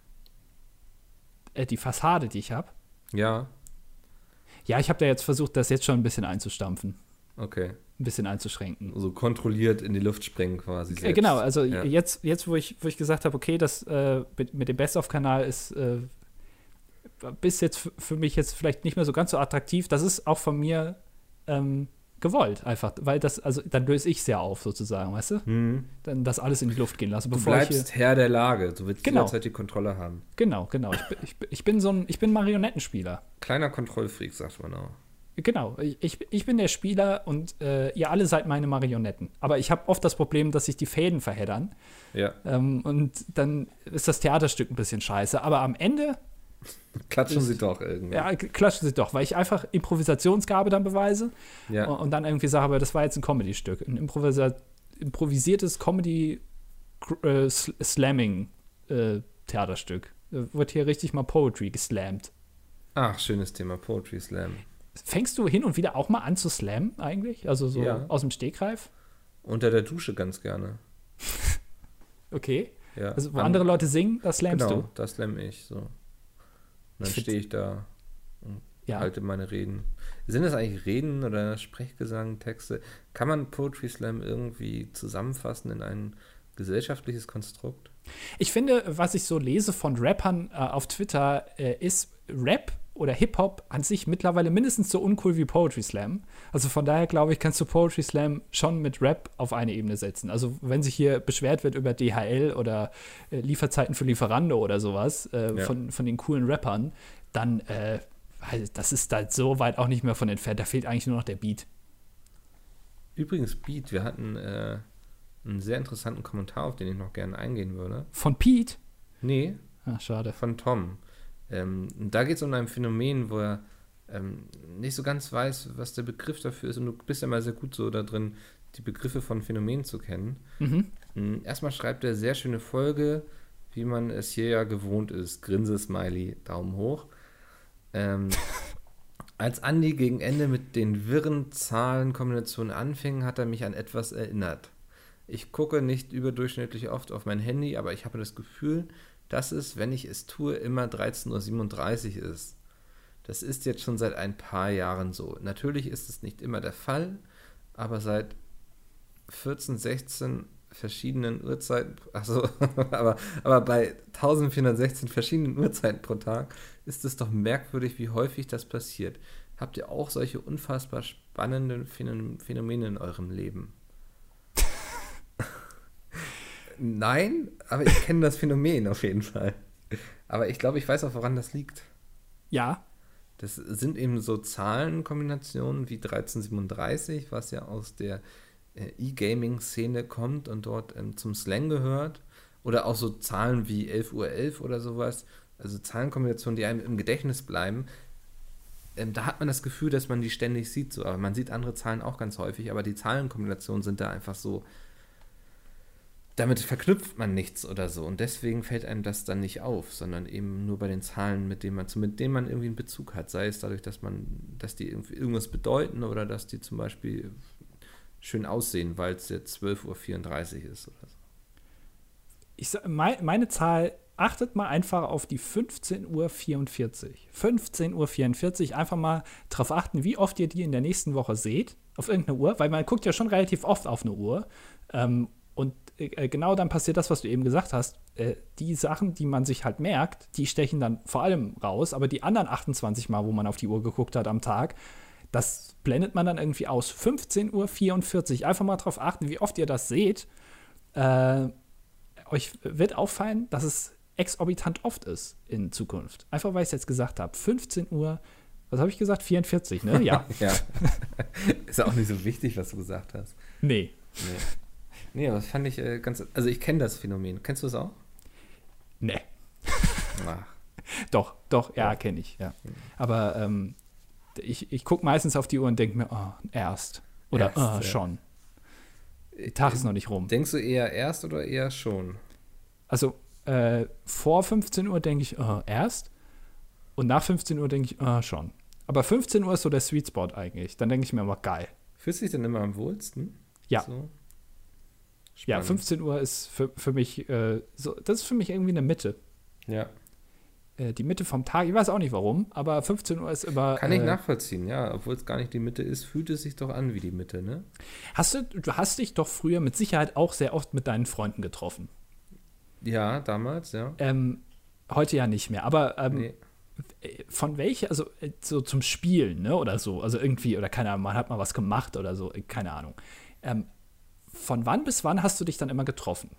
Äh, die Fassade, die ich habe? Ja. Ja, ich habe da jetzt versucht, das jetzt schon ein bisschen einzustampfen. Okay. Ein bisschen einzuschränken. So kontrolliert in die Luft sprengen quasi selbst. Äh, genau, also ja. jetzt, jetzt wo, ich, wo ich gesagt habe, okay, das äh, mit, mit dem Best-of-Kanal ist äh, bis jetzt f- für mich jetzt vielleicht nicht mehr so ganz so attraktiv. Das ist auch von mir ähm, gewollt einfach, weil das, also dann löse ich es ja auf sozusagen, weißt du? Mhm. Dann das alles in die Luft gehen lassen. Du bevor bleibst ich hier, Herr der Lage, du willst genau. jederzeit die Kontrolle haben. Genau, genau. Ich, bin- ich, bin- ich bin so ein, ich bin Marionettenspieler. Kleiner Kontrollfreak, sagt man auch. Genau, ich, ich bin der Spieler und äh, ihr alle seid meine Marionetten. Aber ich habe oft das Problem, dass sich die Fäden verheddern. Ja. Ähm, und dann ist das Theaterstück ein bisschen scheiße. Aber am Ende Klatschen ist, sie doch irgendwie. Ja, klatschen sie doch, weil ich einfach Improvisationsgabe dann beweise. Ja. Und, und dann irgendwie sage, aber das war jetzt ein Comedy-Stück. Ein improvisa- improvisiertes Comedy-Slamming-Theaterstück. Äh, wird hier richtig mal Poetry geslammt. Ach, schönes Thema, Poetry Slam. Fängst du hin und wieder auch mal an zu slammen eigentlich? Also so Ja. aus dem Stegreif? Unter der Dusche ganz gerne. Okay. Ja. Also wo An- andere Leute singen, das slammst Genau, du? das slam ich so. Und dann Ich find- stehe ich da und Ja. halte meine Reden. Sind das eigentlich Reden oder Sprechgesang, Texte? Kann man Poetry Slam irgendwie zusammenfassen in ein gesellschaftliches Konstrukt? Ich finde, was ich so lese von Rappern äh, auf Twitter, äh, ist Rap oder Hip-Hop an sich mittlerweile mindestens so uncool wie Poetry Slam. Also von daher, glaube ich, kannst du Poetry Slam schon mit Rap auf eine Ebene setzen. Also wenn sich hier beschwert wird über D H L oder äh, Lieferzeiten für Lieferando oder sowas äh, Ja. von, von den coolen Rappern, dann äh, weil das ist da so weit auch nicht mehr von entfernt. Da fehlt eigentlich nur noch der Beat. Übrigens, Beat, wir hatten äh, einen sehr interessanten Kommentar, auf den ich noch gerne eingehen würde. Von Pete? Nee, Ah, schade. von Tom. Ähm, da geht es um ein Phänomen, wo er ähm, nicht so ganz weiß, was der Begriff dafür ist. Und du bist ja mal sehr gut so da drin, die Begriffe von Phänomenen zu kennen. Mhm. Erstmal schreibt er sehr schöne Folge, wie man es hier ja gewohnt ist. Grinse-Smiley, Daumen hoch. Ähm, als Andi gegen Ende mit den wirren Zahlenkombinationen anfing, hat er mich an etwas erinnert. Ich gucke nicht überdurchschnittlich oft auf mein Handy, aber ich habe das Gefühl, dass es, wenn ich es tue, immer dreizehn Uhr siebenunddreißig ist. Das ist jetzt schon seit ein paar Jahren so. Natürlich ist es nicht immer der Fall, aber seit vierzehn, sechzehn verschiedenen Uhrzeiten, also, aber, aber bei eintausendvierhundertsechzehn verschiedenen Uhrzeiten pro Tag ist es doch merkwürdig, wie häufig das passiert. Habt ihr auch solche unfassbar spannenden Phänomene in eurem Leben? Nein, aber ich kenne das Phänomen auf jeden Fall. Aber ich glaube, ich weiß auch, woran das liegt. Ja. Das sind eben so Zahlenkombinationen wie dreizehn siebenunddreißig, was ja aus der äh, E-Gaming-Szene kommt und dort ähm, zum Slang gehört. Oder auch so Zahlen wie elf Uhr elf oder sowas. Also Zahlenkombinationen, die einem im Gedächtnis bleiben. Ähm, da hat man das Gefühl, dass man die ständig sieht. So. Aber man sieht andere Zahlen auch ganz häufig. Aber die Zahlenkombinationen sind da einfach so, damit verknüpft man nichts oder so. Und deswegen fällt einem das dann nicht auf, sondern eben nur bei den Zahlen, mit denen man, mit denen man irgendwie einen Bezug hat. Sei es dadurch, dass man, dass die irgendwie irgendwas bedeuten oder dass die zum Beispiel schön aussehen, weil es jetzt zwölf Uhr vierunddreißig ist oder so. Ich sag, mein, meine Zahl, achtet mal einfach auf die fünfzehn Uhr vierundvierzig. fünfzehn Uhr vierundvierzig, einfach mal drauf achten, wie oft ihr die in der nächsten Woche seht, auf irgendeine Uhr, weil man guckt ja schon relativ oft auf eine Uhr. Ähm, und äh, genau dann passiert das, was du eben gesagt hast. Äh, die Sachen, die man sich halt merkt, die stechen dann vor allem raus, aber die anderen achtundzwanzig Mal, wo man auf die Uhr geguckt hat am Tag, das blendet man dann irgendwie aus. fünfzehn Uhr vierundvierzig, einfach mal drauf achten, wie oft ihr das seht. Äh, euch wird auffallen, dass es exorbitant oft ist in Zukunft. Einfach, weil ich es jetzt gesagt habe. fünfzehn Uhr, was habe ich gesagt? vierundvierzig, ne? Ja. Ja. Ist auch nicht so wichtig, was du gesagt hast. Nee. Nee. Nee, aber das fand ich äh, ganz. Also, ich kenne das Phänomen. Kennst du es auch? Nee. Ach. Doch, doch, ja, kenne ich, ja. Aber ähm, ich, ich gucke meistens auf die Uhr und denke mir, oh, erst. Oder Erst, oh, ja. schon. Der Tag ist noch nicht rum. Denkst du eher erst oder eher schon? Also, äh, vor fünfzehn Uhr denke ich, oh, erst. Und nach fünfzehn Uhr denke ich, oh, schon. Aber fünfzehn Uhr ist so der Sweet Spot eigentlich. Dann denke ich mir immer, geil. Fühlst du dich denn immer am wohlsten? Ja. So? Ja, fünfzehn Uhr ist für, für mich, äh, so, das ist für mich irgendwie eine Mitte. Ja. Äh, die Mitte vom Tag, ich weiß auch nicht warum, aber fünfzehn Uhr ist immer. Kann ich äh, nachvollziehen, ja. Obwohl es gar nicht die Mitte ist, fühlt es sich doch an wie die Mitte, ne? Hast du, du hast dich doch früher mit Sicherheit auch sehr oft mit deinen Freunden getroffen. Ja, damals, ja. Ähm, heute ja nicht mehr, aber ähm, Nee. von welcher, also äh, so zum Spielen, ne, oder so, also irgendwie, oder keine Ahnung, man hat mal was gemacht oder so, äh, keine Ahnung. Ähm, von wann bis wann hast du dich dann immer getroffen?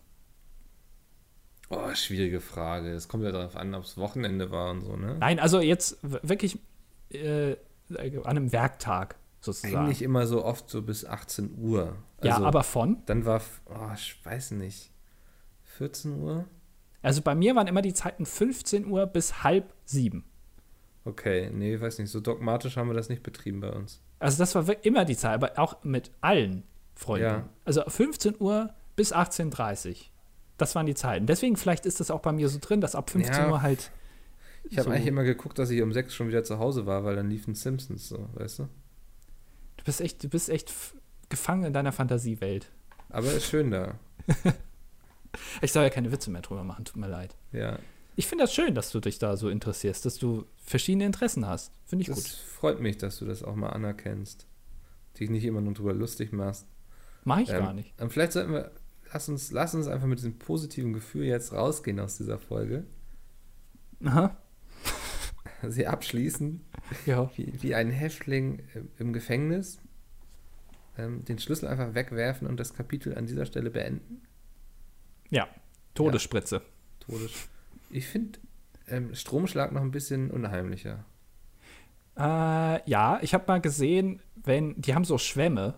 Oh, schwierige Frage. Es kommt ja darauf an, ob es Wochenende war und so, ne? Nein, also jetzt w- wirklich äh, an einem Werktag sozusagen. Eigentlich immer so oft so bis achtzehn Uhr. Ja, Also, aber von? Dann war, oh, ich weiß nicht, vierzehn Uhr? Also bei mir waren immer die Zeiten fünfzehn Uhr bis halb sieben. Okay, nee, ich weiß nicht, so dogmatisch haben wir das nicht betrieben bei uns. Also das war wirklich immer die Zeit, aber auch mit allen Freunden. Ja. Also fünfzehn Uhr bis achtzehn Uhr dreißig. Das waren die Zeiten. Deswegen vielleicht ist das auch bei mir so drin, dass ab fünfzehn Ja. Uhr halt Ich habe so, eigentlich immer geguckt, dass ich um sechs schon wieder zu Hause war, weil dann liefen Simpsons so, weißt du? du bist echt, du bist echt f- gefangen in deiner Fantasiewelt. Aber ist schön da. Ich soll ja keine Witze mehr drüber machen, tut mir leid. Ja, Ich finde das schön, dass du dich da so interessierst, dass du verschiedene Interessen hast. Finde ich das gut. freut mich, dass du das auch mal anerkennst. Dich nicht immer nur drüber lustig machst. Mache ich Ähm, gar nicht. Und vielleicht sollten wir, lass uns, lass uns einfach mit diesem positiven Gefühl jetzt rausgehen aus dieser Folge. Aha. Sie abschließen, Ja. wie, wie ein Häftling im- im Gefängnis, ähm, den Schlüssel einfach wegwerfen und das Kapitel an dieser Stelle beenden. Ja. Todesspritze. Todes. Ich finde ähm, Stromschlag noch ein bisschen unheimlicher. Äh, ja, ich habe mal gesehen, wenn, die haben so Schwämme.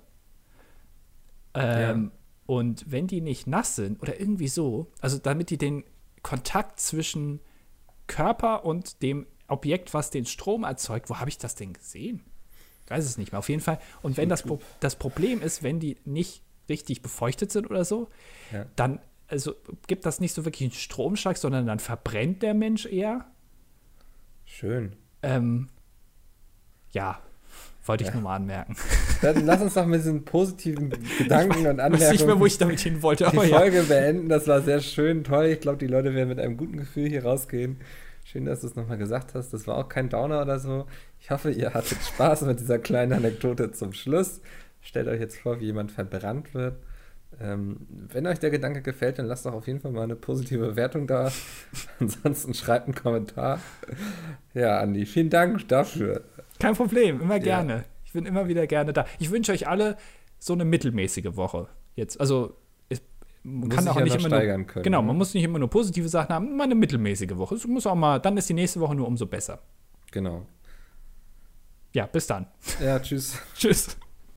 Ähm, Und wenn die nicht nass sind oder irgendwie so, also damit die den Kontakt zwischen Körper und dem Objekt, was den Strom erzeugt, wo habe ich das denn gesehen? weiß es nicht mehr. Auf jeden Fall. Und wenn das, Pro- das Problem ist, wenn die nicht richtig befeuchtet sind oder so, Ja. dann also, gibt das nicht so wirklich einen Stromschlag, sondern dann verbrennt der Mensch eher. Schön. Ähm, ja, wollte ich Ja. nur mal anmerken. Dann lass uns doch mit diesen positiven Gedanken und Ich weiß nicht mehr, Anmerkungen wo ich damit hin wollte, die aber ja. Folge beenden. Das war sehr schön, toll. Ich glaube, die Leute werden mit einem guten Gefühl hier rausgehen. Schön, dass du es nochmal gesagt hast. Das war auch kein Downer oder so. Ich hoffe, ihr hattet Spaß mit dieser kleinen Anekdote zum Schluss. Stellt euch jetzt vor, wie jemand verbrannt wird. Ähm, wenn euch der Gedanke gefällt, dann lasst doch auf jeden Fall mal eine positive Bewertung da. Ansonsten schreibt einen Kommentar. Ja, Andi, vielen Dank dafür. Kein Problem, immer Ja. gerne. Ich bin immer wieder gerne da. Ich wünsche euch alle so eine mittelmäßige Woche. Jetzt, also es, man Muss kann sich auch ja nicht noch immer steigern nur, können, genau, ne? man muss nicht immer nur positive Sachen haben, mal eine mittelmäßige Woche. Es muss auch mal, dann ist die nächste Woche nur umso besser. Genau. Ja, bis dann. Ja, tschüss. Tschüss.